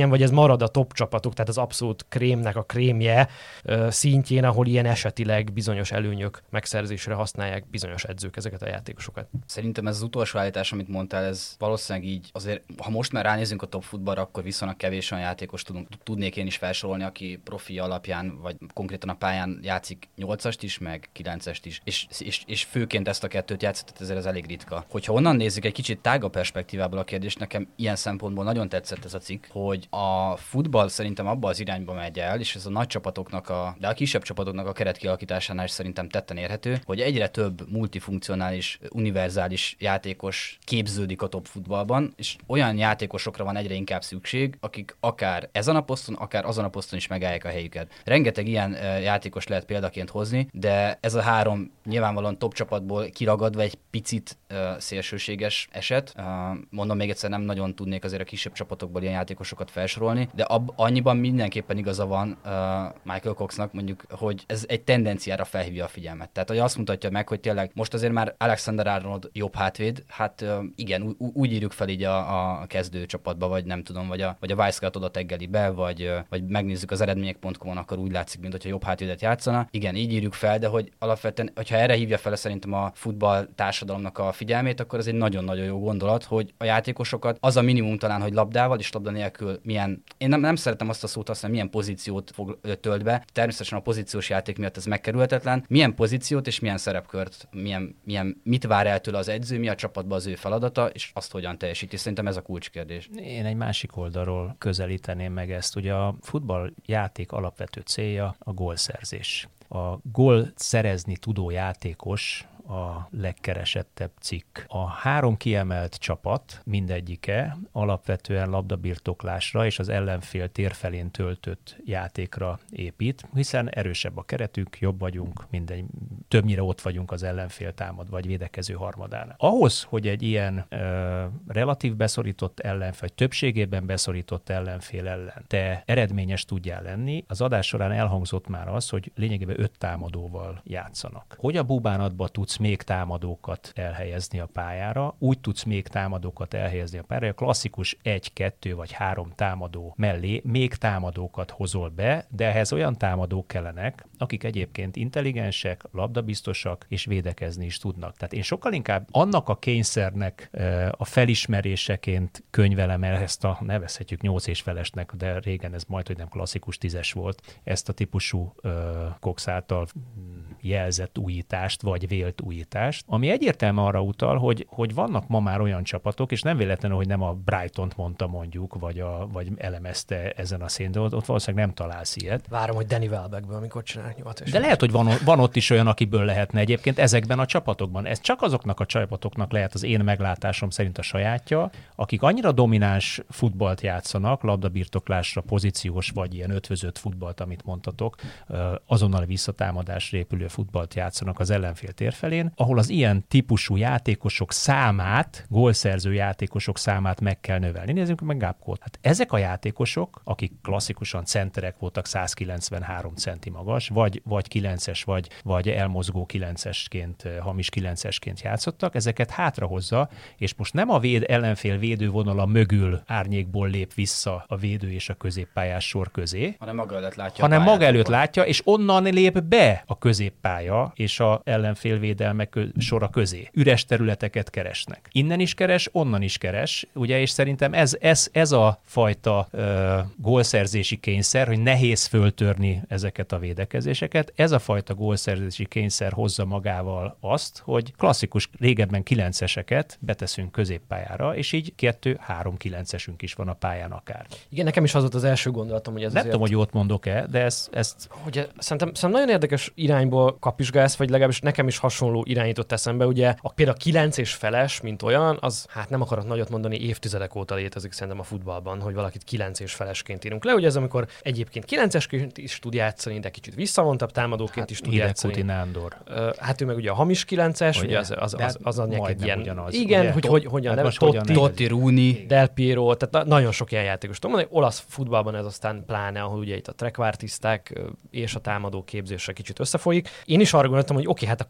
[SPEAKER 2] könnyen, vagy ez marad a top csapatok, tehát az abszolút krémnek a krémje szintjén, ahol ilyen esetileg bizonyos előnyök megszerzésre használják bizonyos edzők ezeket a játékosokat.
[SPEAKER 4] Szerintem ez az utolsó állítás, amit mondtál, ez valószínűleg így azért, ha most már ránézünk a top futballra, akkor viszonylag kevés olyan játékos tudunk, tudnék én is felsorolni, aki profi alapján, vagy konkrétan a pályán játszik nyolcast is, meg kilencest is, és, és, és főként ezt a kettőt játszott, tehát ezért ez elég ritka. Hogyha onnan nézzük egy kicsit tágabb perspektívából a kérdést, nekem ilyen szempontból nagyon tetszett ez a cikk, hogy a futball szerintem abba az irányba megy el, és ez a nagy csapatoknak, a, de a kisebb csapatoknak a keretkialakításánál is szerintem tetten érhető, hogy egyre több multifunkcionális, univerzális játékos képződik a top futballban, és olyan játékosokra van egyre inkább szükség, akik akár ezen a poszton, akár azon a poszton is megállják a helyüket. Rengeteg ilyen uh, játékos lehet példaként hozni, de ez a három nyilvánvalóan top csapatból kiragadva egy picit uh, szélsőséges eset. Uh, mondom még egyszer, nem nagyon tudnék azért a kisebb csapatokból ilyen játékosokat felsorolni, de ab, annyiban mindenképpen igaza van uh, Michael Coxnak, mondjuk, hogy ez egy tendenciára felhívja a figyelmet. Tehát, hogy azt mutatja meg, hogy tényleg most azért már Alexander-Arnold jobb hátvéd, hát uh, igen, ú- úgy írjuk fel így a, a kezdő csapatba, vagy nem tudom, vagy a, vagy a Wisecout oda teggeli be, vagy, uh, vagy megnézzük az eredmények pont com-on, akkor úgy látszik, mint hogyha jobb hátvédet játszana. Igen, így írjuk fel, de hogy alapvetően, hogyha erre hívja fel szerintem a futball társadalomnak a figyelmét, akkor ez egy nagyon-nagyon jó gondolat, hogy a játékosokat az a minimum talán, hogy labdával és labda nélkül milyen, én nem, nem szeretem azt a szót használni, milyen pozíciót fog, tölt be. Természetesen a pozíciós játék miatt ez megkerülhetetlen. Milyen pozíciót és milyen szerepkört, milyen, milyen, mit vár el tőle az edző, mi a csapatban az ő feladata, és azt hogyan teljesíti. Szerintem ez a kulcskérdés.
[SPEAKER 1] Én egy másik oldalról közelíteném meg ezt. Ugye a futballjáték alapvető célja a gólszerzés. A gól szerezni tudó játékos a legkeresettebb cikk. A három kiemelt csapat mindegyike alapvetően labdabirtoklásra és az ellenfél térfelén töltött játékra épít, hiszen erősebb a keretük, jobb vagyunk, mindegy, többnyire ott vagyunk az ellenfél támad vagy védekező harmadánál. Ahhoz, hogy egy ilyen ö, relatív beszorított ellenfél, vagy többségében beszorított ellenfél ellen te eredményes tudjál lenni, az adás során elhangzott már az, hogy lényegében öt támadóval játszanak. Hogy a búbánatba tudsz még támadókat elhelyezni a pályára, úgy tudsz még támadókat elhelyezni a pályára, a klasszikus egy, kettő vagy három támadó mellé még támadókat hozol be, de ehhez olyan támadók kellenek, akik egyébként intelligensek, labdabiztosak és védekezni is tudnak. Tehát én sokkal inkább annak a kényszernek a felismeréseként könyvelem el ezt a, nevezhetjük nyolc és felesnek, de régen ez majd, hogy nem klasszikus tízes volt, ezt a típusú uh, Cox által jelzett újítást, vagy vélt újítást, ami egyértelműen arra utal, hogy, hogy vannak ma már olyan csapatok, és nem véletlenül, hogy nem a Brightont mondta mondjuk, vagy, a, vagy elemezte ezen a szén, de ott, ott valószínűleg nem találsz ilyet.
[SPEAKER 2] Várom, hogy Danny Welbeckből, amikor csinál nyugat.
[SPEAKER 1] De lehet, hogy van, van ott is olyan, akiből lehetne egyébként ezekben a csapatokban. Ez csak azoknak a csapatoknak lehet az én meglátásom szerint a sajátja, akik annyira domináns futballt játszanak, labdabirtoklásra pozíciós, vagy ilyen ötvözött futballt, amit mondtatok, azonnal visszatámadásra épülő futballt játszanak az ellenfél térfelén, ahol az ilyen típusú játékosok számát, gólszerző játékosok számát meg kell növelni. Nézzük meg Gabkót. Hát ezek a játékosok, akik klasszikusan centerek voltak, száz kilencvenhárom centi magas, vagy, vagy kilences, vagy, vagy elmozgó kilencesként, hamis kilencesként játszottak, ezeket hátrahozza, és most nem a véd, ellenfél védővonala mögül árnyékból lép vissza a védő és a középpályás sor közé,
[SPEAKER 4] hanem maga előtt látja,
[SPEAKER 1] hanem maga előtt látja, és onnan lép be a középpálya és a ellenfél védelme kö- sora közé. Üres területeket keresnek. Innen is keres, onnan is keres, ugye, és szerintem ez, ez, ez a fajta ö, gólszerzési kényszer, hogy nehéz föltörni ezeket a védekezéseket, ez a fajta gólszerzési kényszer hozza magával azt, hogy klasszikus régebben kilenceseket beteszünk középpályára, és így kettő-három kilencesünk is van a pályán akár.
[SPEAKER 2] Igen, nekem is az volt az első gondolatom, hogy ez
[SPEAKER 1] nem
[SPEAKER 2] azért...
[SPEAKER 1] tudom, hogy jót mondok-e, de ezt... ezt...
[SPEAKER 2] Hogy szerintem, szerintem nagyon érdekes irányból kapizsgálsz, vagy legalábbis nekem is hasonló irányított eszembe. Ugye a, például a kilenc és feles, mint olyan, az hát nem akarok nagyot mondani, évtizedek óta létezik szerintem a futballban, hogy valakit kilenc és felesként írunk le. Ugye ez amikor egyébként kilencesként is tud játszani, de kicsit visszavontabb támadóként hát, is tud játszani.
[SPEAKER 1] Nándor.
[SPEAKER 2] Hát ő meg ugye a hamis kilences, ugye, ugye az, az, az, az a neked ilyen... Ugyanaz, igen, ugye? hogy, hogy hogyan
[SPEAKER 1] hát
[SPEAKER 2] nem,
[SPEAKER 1] Totti,
[SPEAKER 4] Totti, Rooney,
[SPEAKER 2] Del Piero, tehát nagyon sok ilyen játékos. Tudom mondani, olasz futballban ez aztán pláne, ahol ugye itt a trekvártiszták és a támadó képzésre kicsit összefolyik. Én is arra gondoltam, hogy oké, hát aki meg tud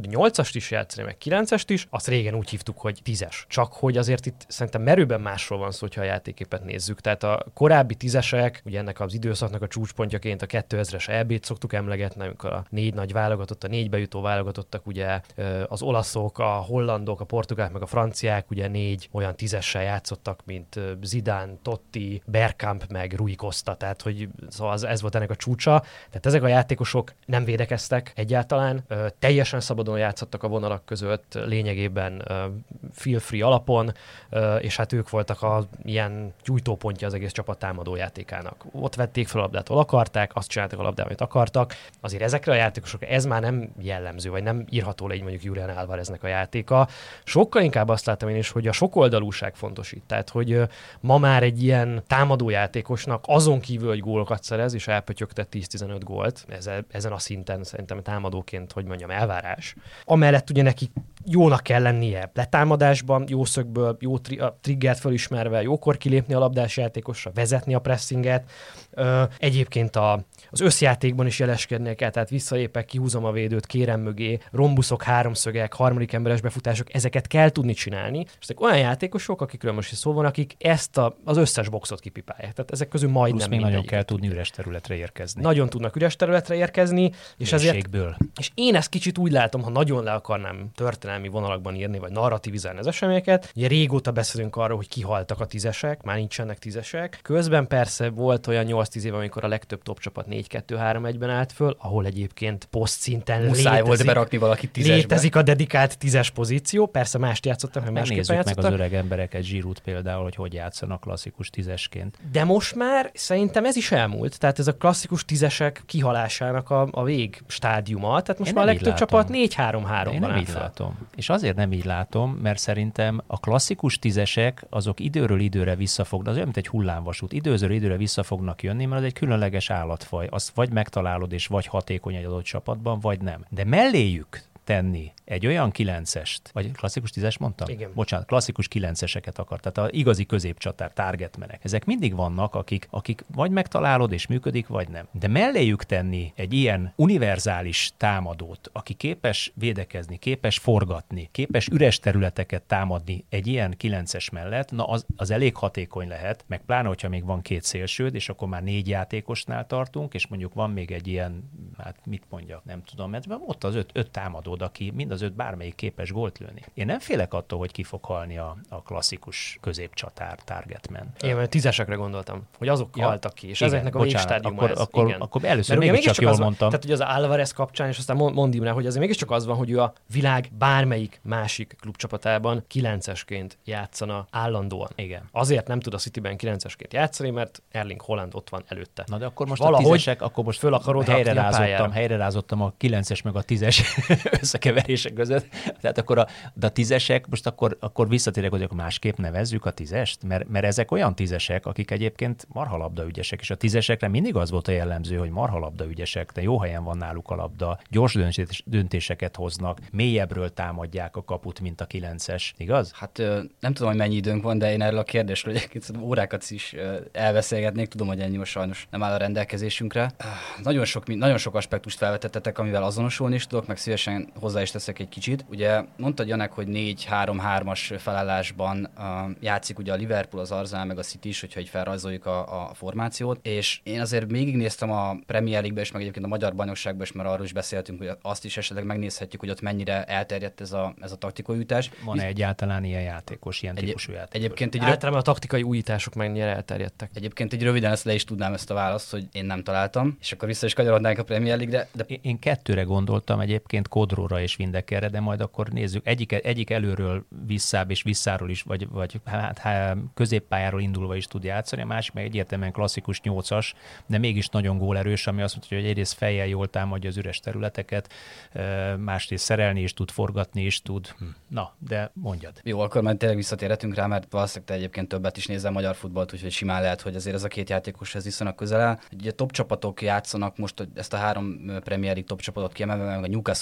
[SPEAKER 2] tud nyolcast is játszani, meg kilencest is, azt régen úgy hívtuk, hogy tízes. Csak hogy azért itt szerintem merőben másról van szó, hogyha a játékképet nézzük. Tehát a korábbi tízesek, ugye ennek az időszaknak a csúcspontjaként a kétezres é bét szoktuk emlegetni, amikor a négy nagy válogatott, a négy bejutó válogatottak, ugye az olaszok, a hollandok, a portugálok, meg a franciák, ugye négy olyan tízessel játszottak, mint Zidane, Totti, Bergkamp, meg Rui Costa, tehát hogy szóval az, ez volt ennek a csúcsa. Tehát ezek a játékosok nem védekeztek egyáltalán, ö, teljesen szabadon játszottak a vonalak között, lényegében ö, feel free alapon, ö, és hát ők voltak a ilyen gyújtópontja az egész csapat támadó játékának. Ott vették fel a labdát, hol akarták, azt csináltak a labdát, amit akartak. Azért ezekre a játékosokra ez már nem jellemző, vagy nem írható le így mondjuk Julián Álvareznek a játéka. Sokkal inkább azt látom én is, hogy a sokoldalúság fontos itt. Tehát, hogy ö, ma már egy ilyen támadó játékosnak azon kívül, hogy gólokat szerez, és elpötyögtett tíz-tizenöt gólt, ezen a szinten szerintem támadóként, hogy mondjam, elvárás. Amellett ugye neki jónak kell lennie letámadásban, jó szögből, jó tri- a triggert felismerve, jókor kilépni a labdás játékosra, vezetni a pressinget. Ö, egyébként a, az összjátékban is jeleskednie kell, tehát visszalépek, kihúzom a védőt, kérem mögé, rombuszok, háromszögek, harmadik emberes befutások, ezeket kell tudni csinálni. És ezek olyan játékosok, akikről most is szó van, akik ezt a, az összes boxot kipipálják. Tehát ezek közül majdnem
[SPEAKER 1] plusz még nagyon kell tudni üres területre érkezni.
[SPEAKER 2] Nagyon tudnak üres területre érkezni, és ezért,
[SPEAKER 1] Mélységből.
[SPEAKER 2] és én ezt kicsit úgy látom, ha nagyon le akarnám történelmi vonalakban írni, vagy narrativizálni az eseményeket. Ugye régóta beszélünk arról, hogy kihaltak a tízesek, már nincsenek tízesek. Közben persze volt olyan nyolc-tíz év, amikor a legtöbb top csapat négy kettő három egyben állt föl, ahol egyébként posztszinten
[SPEAKER 4] Muszáj
[SPEAKER 2] létezik,
[SPEAKER 4] volt berakni valakit tízesbe.
[SPEAKER 2] Létezik a dedikált tízes pozíció, persze mást játszottak, meg másképpen
[SPEAKER 1] Megnézzük
[SPEAKER 2] játszottak.
[SPEAKER 1] meg az öreg embereket, Giroud például, hogy hogy játszanak klasszikus tízesként.
[SPEAKER 2] De most már szerintem ez is elmúlt. Tehát ez a klasszikus tízesek kihalásának a, a vég stádiuma. Tehát most
[SPEAKER 1] Én
[SPEAKER 2] már a
[SPEAKER 1] nem így
[SPEAKER 2] legtöbb
[SPEAKER 1] látom.
[SPEAKER 2] csapat négy három három
[SPEAKER 1] Én
[SPEAKER 2] ban
[SPEAKER 1] nem
[SPEAKER 2] áll
[SPEAKER 1] így
[SPEAKER 2] fel.
[SPEAKER 1] látom. És azért nem így látom, mert szerintem a klasszikus tízesek azok időről időre visszafognak, az olyan, mint egy hullámvasút. Időről időre vissza fognak jönni, mert az egy különleges állatfaj. Azt vagy megtalálod, és vagy hatékony egy adott csapatban, vagy nem. De melléjük tenni egy olyan kilencest, vagy klasszikus tízes mondtam?
[SPEAKER 2] Igen.
[SPEAKER 1] Bocsánat, klasszikus kilenceseket akar, tehát az igazi középcsatár, targetmenek. Ezek mindig vannak, akik, akik vagy megtalálod és működik, vagy nem. De melléjük tenni egy ilyen univerzális támadót, aki képes védekezni, képes forgatni, képes üres területeket támadni egy ilyen kilences mellett, na az, az elég hatékony lehet, meg pláne, hogyha még van két szélsőd, és akkor már négy játékosnál tartunk, és mondjuk van még egy ilyen, hát mit mondjak, nem tudom, mert ott az öt, öt támadód, aki mind az öt bármelyik képes gólt lőni. Én nem félek attól, hogy ki fog halni a, a klasszikus középcsatár, targetman.
[SPEAKER 2] Én mert tízesekre gondoltam, hogy azok
[SPEAKER 1] Ja,
[SPEAKER 2] haltak ki, és
[SPEAKER 1] igen,
[SPEAKER 2] ezeknek a
[SPEAKER 1] bocsánat,
[SPEAKER 2] végstádiuma
[SPEAKER 1] akkor,
[SPEAKER 2] ez.
[SPEAKER 1] akkor,
[SPEAKER 2] igen.
[SPEAKER 1] akkor először
[SPEAKER 2] Mert ugye
[SPEAKER 1] mégiscsak jól
[SPEAKER 2] az van,
[SPEAKER 1] mondtam.
[SPEAKER 2] Tehát ugye az Álvarez kapcsán, és aztán mond Imre, hogy azért mégiscsak az van, hogy ő a világ bármelyik másik klubcsapatában kilencesként játszana állandóan.
[SPEAKER 1] Igen.
[SPEAKER 2] Azért nem tud a Cityben kilencesként játszani, mert Erling Haaland ott van előtte.
[SPEAKER 1] Na de akkor most
[SPEAKER 2] Valahogy
[SPEAKER 1] a tízesek, akkor most
[SPEAKER 2] föl akarod rakni a
[SPEAKER 1] helyrerázottam,
[SPEAKER 2] pályára.
[SPEAKER 1] helyrerázottam a kilences meg a tízes összekeverések között. Tehát akkor a, de a tízesek, most akkor, akkor visszatérek, hogy akkor másképp nevezzük a tízest, mert, mert ezek olyan tízesek, akik egyébként marhalabda ügyesek, és a tízesekre mindig az volt a jellemző, hogy marhalabda ügyesek, de jó helyen van náluk a labda, gyors döntés, döntéseket hoznak, mélyebbről támadják a kaput, mint a kilences, igaz?
[SPEAKER 4] Hát nem tudom, hogy mennyi időnk van, de én erről a kérdésről egyébként órákat is elbeszélgetnék, tudom, hogy ennyi most sajnos nem áll a rendelkezésünkre. Nagyon sok, nagyon sok aspektust felvetettetek, amivel azonosulni is tudok, meg szívesen hozzá is teszek egy kicsit. Ugye mondtad, Janek, hogy négy három hármas felállásban uh, játszik ugye a Liverpool, az Arsenal, meg a City is, hogyha így felrajzoljuk a, a formációt, és én azért végignéztem a Premier League-be és meg egyébként a magyar bajnokságban is, mert arról is beszéltünk, hogy azt is esetleg megnézhetjük, hogy ott mennyire elterjedt ez a, ez a taktikai ütás.
[SPEAKER 1] Van-e egyáltalán ilyen játékos, ilyen
[SPEAKER 4] Egy,
[SPEAKER 1] típusú játékos?
[SPEAKER 2] Egyébként így általában a taktikai újítások mennyire elterjedtek.
[SPEAKER 4] Egyébként így röviden ezt le is tudnám ezt a választ, hogy én nem találtam, és akkor vissza is kanyarodnánk a Premier League-re. De...
[SPEAKER 1] Én kettőre gondoltam egyébként, Kodróra és Windekerre, de majd akkor nézzük. Egyik, egyik előről visszább és visszáról is, vagy, vagy hát, hát, középpályáról indulva is tud játszani, a másik meg egyértelműen klasszikus nyolcas, de mégis nagyon gólerős, ami azt mondja, hogy egyrészt fejjel jól támadja az üres területeket, másrészt szerelni is tud, forgatni is tud. Hm. Na, de mondjad.
[SPEAKER 4] Jó, akkor már tényleg visszatérhetünk rá, mert valószínűleg te egyébként többet is nézel magyar futballt, úgyhogy simán lehet, hogy azért ez a két játékos ez viszonylag közel áll. Ugye top csapatok játszanak most ezt a három Premier League top csapatot kiemelve, meg a Newcastle-t is hozzá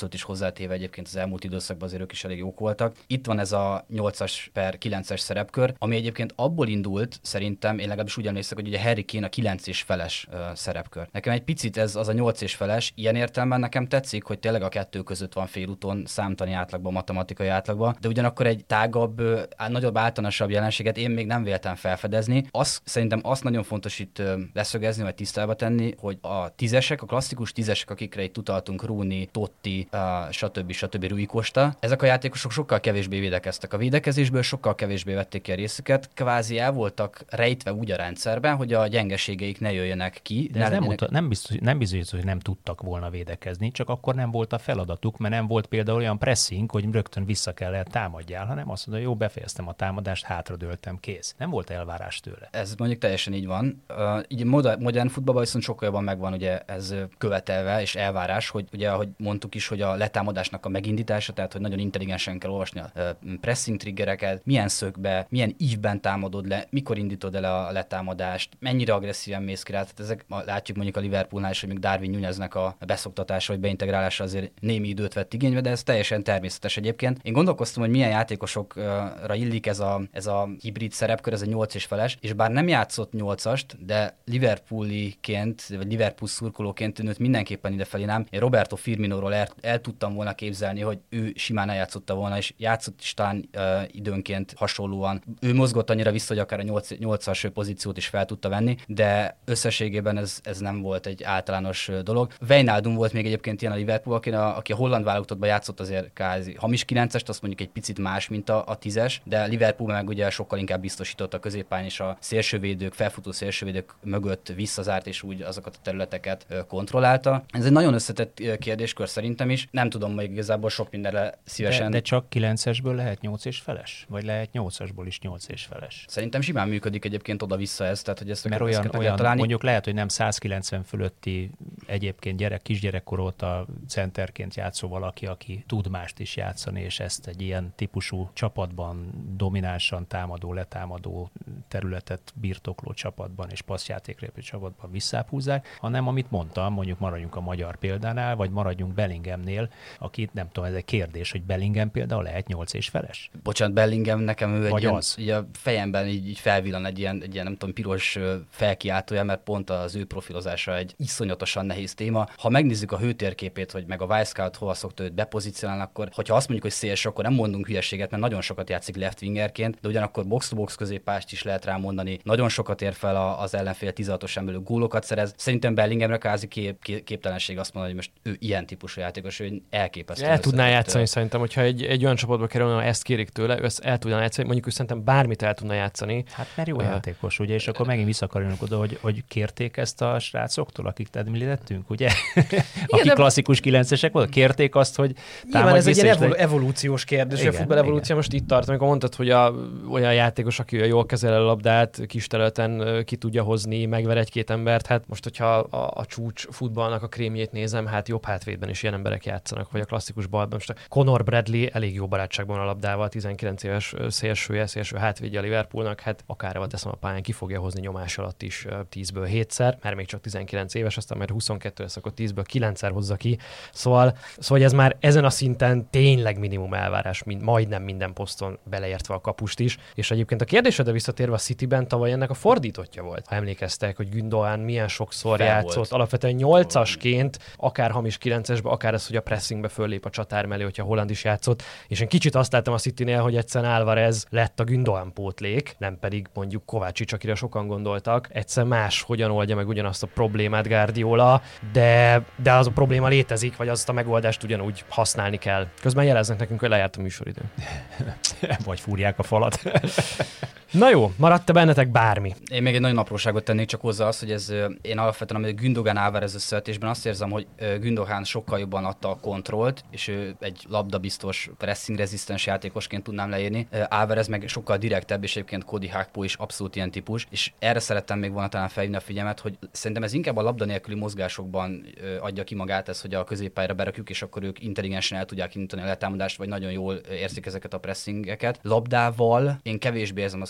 [SPEAKER 4] beletéve egyébként az elmúlt időszakban azért ők is elég jók voltak. Itt van ez a nyolcas per kilences szerepkör, ami egyébként abból indult, szerintem, én legalábbis úgy emlékszek, hogy ugye Harry Kane a kilenc és feles uh, szerepkör. Nekem egy picit ez az a nyolc és feles, ilyen értelemben nekem tetszik, hogy tényleg a kettő között van félúton számtani átlagban, matematikai átlagban, de ugyanakkor egy tágabb, uh, nagyobb, általánosabb jelenséget én még nem véltem felfedezni. Az, szerintem azt nagyon fontos itt uh, leszögezni, vagy tisztába tenni, hogy a tízesek, a klasszikus tízesek, akikre itt utaltunk, Rooney, Totti, uh, stb. stb. Rui Costa, ezek a játékosok sokkal kevésbé védekeztek. A védekezésből sokkal kevésbé vették ki a részüket, kvázi el voltak rejtve úgy a rendszerben, hogy a gyengeségeik ne jöjjenek ki.
[SPEAKER 1] De ez nem, mutat, nem, biztos, nem biztos, hogy nem tudtak volna védekezni, csak akkor nem volt a feladatuk, mert nem volt például olyan pressing, hogy rögtön vissza kellett támadjál, hanem azt mondja, jó, befejeztem a támadást, hátradőltem, kész. Nem volt elvárás tőle.
[SPEAKER 4] Ez mondjuk teljesen így van. Uh, így modern, modern futballban viszont sokkal jobban megvan ugye ez követelve és elvárás, hogy ugye, ahogy mondtuk is, hogy a letámadásnak a megindítása, tehát hogy nagyon intelligensen kell olvasni a uh, pressing triggereket, milyen szögbe, milyen ívben támadod le, mikor indítod el a letámadást, mennyire agresszíven mész ki rá. Tehát ezek, látjuk mondjuk a Liverpoolnál is, hogy még Darwin Nuneznek a beszoktatása vagy beintegrálása azért némi időt vett igénybe, de ez teljesen természetes egyébként. Én gondolkoztam, hogy milyen játékosokra illik ez a, ez a hibrid szerepkör, ez a nyolc és feles, és bár nem játszott nyolcast, de Liverpooliként, vagy Liverpool szurkolóként őt mindenképpen idefelé nem. Én Roberto Firminóról el, el tudtam volna képzelni, hogy ő simán eljátszotta volna, és játszott is talán uh, időnként hasonlóan. Ő mozgott annyira vissza, hogy akár a nyolcas pozíciót is fel tudta venni, de összességében ez, ez nem volt egy általános dolog. Wijnaldum volt még egyébként ilyen a Liverpool, aki a, aki a holland válogatottban játszott azért kázi hamis kilencest, azt mondjuk egy picit más, mint a, a tízes, de Liverpool meg ugye sokkal inkább biztosított a középpályán, és a szélsővédők, felfutó szélsővédők mögött visszazárt, és úgy azokat a területeket kontrollálta. Ez egy nagyon összetett kérdéskör szerintem is. Nem tudom, hogy igazából sok mindenre szívesen.
[SPEAKER 1] De, de csak kilencesből lehet nyolc és feles? Vagy lehet nyolcasból is nyolc és feles?
[SPEAKER 4] Szerintem simán működik egyébként oda-vissza ez, tehát hogy ezt
[SPEAKER 1] Mert olyan, olyan mondjuk lehet, hogy nem száz kilencven fölötti egyébként gyerek, kisgyerekkor óta centerként játszó valaki, aki tud mást is játszani, és ezt egy ilyen típusú csapatban, dominánsan támadó, letámadó területet birtokló csapatban és passzjátékrépő csapatban visszáphúzzák, hanem amit mondtam, mondjuk maradjunk a magyar példánál, vagy maradjunk Bellinghamnél, aki nem tudom, ez egy kérdés, hogy Bellingham például lehet nyolc és feles?
[SPEAKER 4] Bocsánat, Bellingham nekem ő egy
[SPEAKER 1] az?
[SPEAKER 4] ilyen, így a fejemben így, így felvillan egy ilyen, egy ilyen, nem tudom, piros felkiáltója, mert pont az ő profilozása egy iszonyatosan nehéz téma. Ha megnézzük a hőtérképét, hogy meg a Wisecout hova szokta őt bepozícionálni, akkor hogyha azt mondjuk, hogy szélső, akkor nem mondunk hülyeséget, mert nagyon sokat játszik left wingerként, de ugyanakkor box-to-box középpást is lehet rámondani. Nagyon sokat ér fel az ellenfél tizenhatosan belül gólokat szerez. Szerintem Bellinghamre kázi kép, kép, képtelenség azt mondani, hogy most ő ilyen típusú játékos, ő elképesztő.
[SPEAKER 2] El tudná játszani szerintem, hogyha egy, egy olyan csapatba kerülne, ha ezt kérik tőle, ő ezt el tudná játszani, mondjuk ő szerintem bármit el tudna játszani.
[SPEAKER 1] Hát mert jó uh, játékos, ugye, és akkor megint visszakarjunk oda, hogy, hogy kérték ezt a srácoktól, akik említettünk, ugye? Igen, akik de... klasszikus kilencesek voltak, kérték azt, hogy
[SPEAKER 2] támadj ez egy ilyen evol- evolúciós kérdés, igen, a futball evolúció most itt tart, amikor mondtad, hogy a, olyan játékos, aki jól kezel a labdát, kis területen ki tudja hozni, megver egy-két embert, hát most, hogyha a, a csúcs futballnak a krémjét nézem, hát jobb hátvédben is ilyen emberek játszanak, vagy a klasszikus balban. Most a Conor Bradley elég jó barátságban a labdával, tizenkilenc éves szélsője, szélső hátvédje a Liverpoolnak, hát akárra teszem a pályán, ki fogja hozni nyomás alatt is tízből hétszer, mert még csak tizenkilenc éves, aztán már huszonkettő lesz, akkor tízből kilencszer hozza ki. Szóval, szóval ez már ezen a szinten tényleg minimum elvárás, mind, majdnem minden poszton beleértve a kapust is. És egyébként a kérdésedre visszatérve, a Cityben tavaly ennek a fordítottja volt. Ha emlékeztek, hogy Gündoğan milyen sokszor Fel játszott, volt. Alapvetően nyolcasként, akár hamis kilencesbe, akár az, hogy a pressingbe föllép a csatár mellé, hogyha Holland is játszott. És én kicsit azt láttam a Citynél, hogy egyszerűen Álvarez lett a Gündoğan pótlék, nem pedig mondjuk Kovácsics, akire sokan gondoltak. Egyszer más hogyan oldja meg ugyanazt a problémát Guardiola, de, de az a probléma létezik, vagy azt a megoldást ugyanúgy használni kell. Közben jeleznek nekünk, hogy lejárt a műsoridő.
[SPEAKER 1] Vagy fúrják a falat.
[SPEAKER 2] Na jó, maradt-e bennetek bármi?
[SPEAKER 4] Én még egy nagyon apróságot tennék csak hozzá azt, hogy ez én alapvetően, amit Gündoğan Álvarez összevetésben azt érzem, hogy Gündoğan sokkal jobban adta a kontrollt, és ő egy labdabiztos, pressing rezisztens játékosként tudnám leírni. Álvarez meg sokkal direktebb, és egyébként Cody Gakpo is abszolút ilyen típus, és erre szerettem még volna talán felhívni a figyelmet, hogy szerintem ez inkább a labda nélküli mozgásokban adja ki magát ez, hogy a középpályára berakjuk, és akkor ők intelligensen el tudják indítani a letámadást, vagy nagyon jól érzik ezeket a pressingeket. Labdával én kevésbé érzem azt,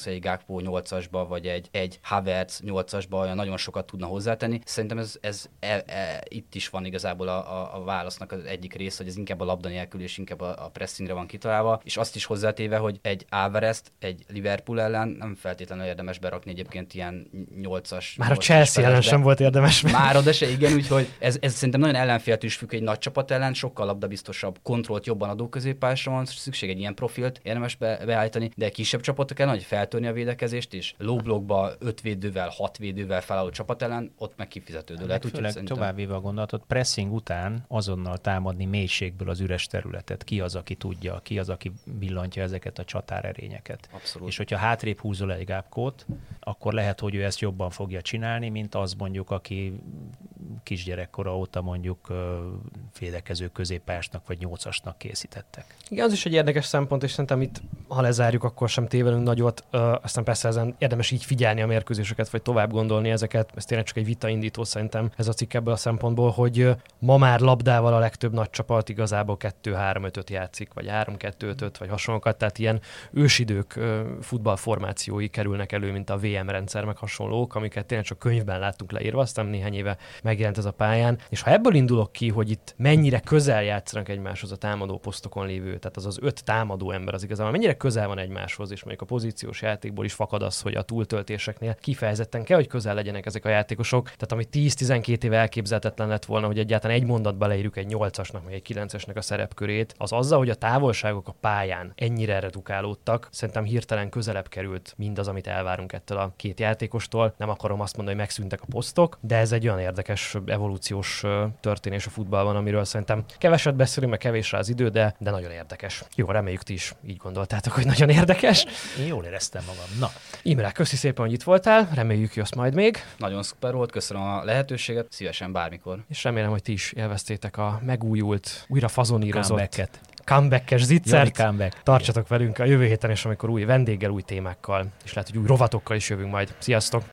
[SPEAKER 4] egy Gakpo nyolcasba, vagy egy, egy Havertz nyolcasba olyan nagyon sokat tudna hozzátenni. Szerintem ez, ez e, e, itt is van igazából a, a, a válasznak az egyik része, hogy ez inkább a labda nélkül és inkább a, a pressingre van kitalálva, és azt is hozzátéve, hogy egy Alvarezt egy Liverpool ellen nem feltétlenül érdemes berakni egyébként ilyen nyolcas.
[SPEAKER 2] Már a Chelsea ellen sem volt érdemes.
[SPEAKER 4] Már oda se, igen, úgyhogy ez, ez szerintem nagyon ellenféltől is függ, egy nagy csapat ellen, sokkal labdabiztosabb, kontrollt jobban adó középpásra van szükség, egy ilyen profilt érdemes be, beállítani, de kisebb csapatok kell nagy feltörni a védekezést, és low blockba öt védővel, hat védővel felálló csapat ellen, ott meg kifizetődő lehet.
[SPEAKER 1] Főleg szerintem... továbbvéve a gondolatot, pressing után azonnal támadni mélységből az üres területet. Ki az, aki tudja, ki az, aki villantja ezeket a csatárerényeket.
[SPEAKER 4] Abszolút.
[SPEAKER 1] És hogyha hátrébb húzol egy Gakpót, akkor lehet, hogy ő ezt jobban fogja csinálni, mint az mondjuk, aki kisgyerekkora óta mondjuk védekező középpásnak vagy nyolcasnak készítettek.
[SPEAKER 2] Igen, az is egy érdekes szempont, és szerintem itt, ha lezárjuk, akkor sem tévedünk nagyot. Ö, aztán persze ezen érdemes így figyelni a mérkőzéseket, vagy tovább gondolni ezeket. Ez tényleg csak egy vitaindító szerintem ez a cikk ebből a szempontból, hogy ma már labdával a legtöbb nagy csapat igazából kettő három ötöt játszik, vagy három kettő ötöt, vagy hasonlókat. Tehát ilyen ősidők futballformációi kerülnek elő, mint a vé em rendszer, meg hasonlók, amiket tényleg csak könyvben láttunk leírva, aztán néhány éve megjelent ez a pályán. És ha ebből indulok ki, hogy itt mennyire közel játszanak egymáshoz a támadó posztokon lévő, tehát az az öt támadó ember az igazából mennyire közel van egymáshoz, és mondjuk a pozíciós játékból is fakad az, hogy a túltöltéseknél kifejezetten kell, hogy közel legyenek ezek a játékosok. Tehát ami tíz-tizenkét éve elképzelhetetlen lett volna, hogy egyáltalán egy mondatba leírjuk egy nyolcasnak, vagy egy kilencesnek a szerepkörét, az azzal, hogy a távolságok a pályán ennyire redukálódtak, szerintem hirtelen közelebb került mindaz, amit elvárunk ettől a két játékostól. Nem akarom azt mondani, hogy megszűntek a posztok, de ez egy olyan érdekes evolúciós történés a futballban, amiről szerintem keveset beszélünk, meg kevés rá az idő, de, de nagyon érdekes. Jó, reméljük ti is így gondoltátok, hogy nagyon érdekes.
[SPEAKER 1] Én jól éreztem magam. Na.
[SPEAKER 2] Imre, köszi szépen, hogy itt voltál, reméljük jössz majd még.
[SPEAKER 4] Nagyon szuper volt, köszönöm a lehetőséget, szívesen bármikor.
[SPEAKER 2] És remélem, hogy ti is élveztétek a megújult, újra fazonírozott
[SPEAKER 1] comebacket.
[SPEAKER 2] comeback-es zicsert.
[SPEAKER 1] Comeback.
[SPEAKER 2] Tartsatok velünk a jövő héten is, amikor új vendéggel, új témákkal, és lehet, hogy új rovatokkal is jövünk majd. Sziasztok!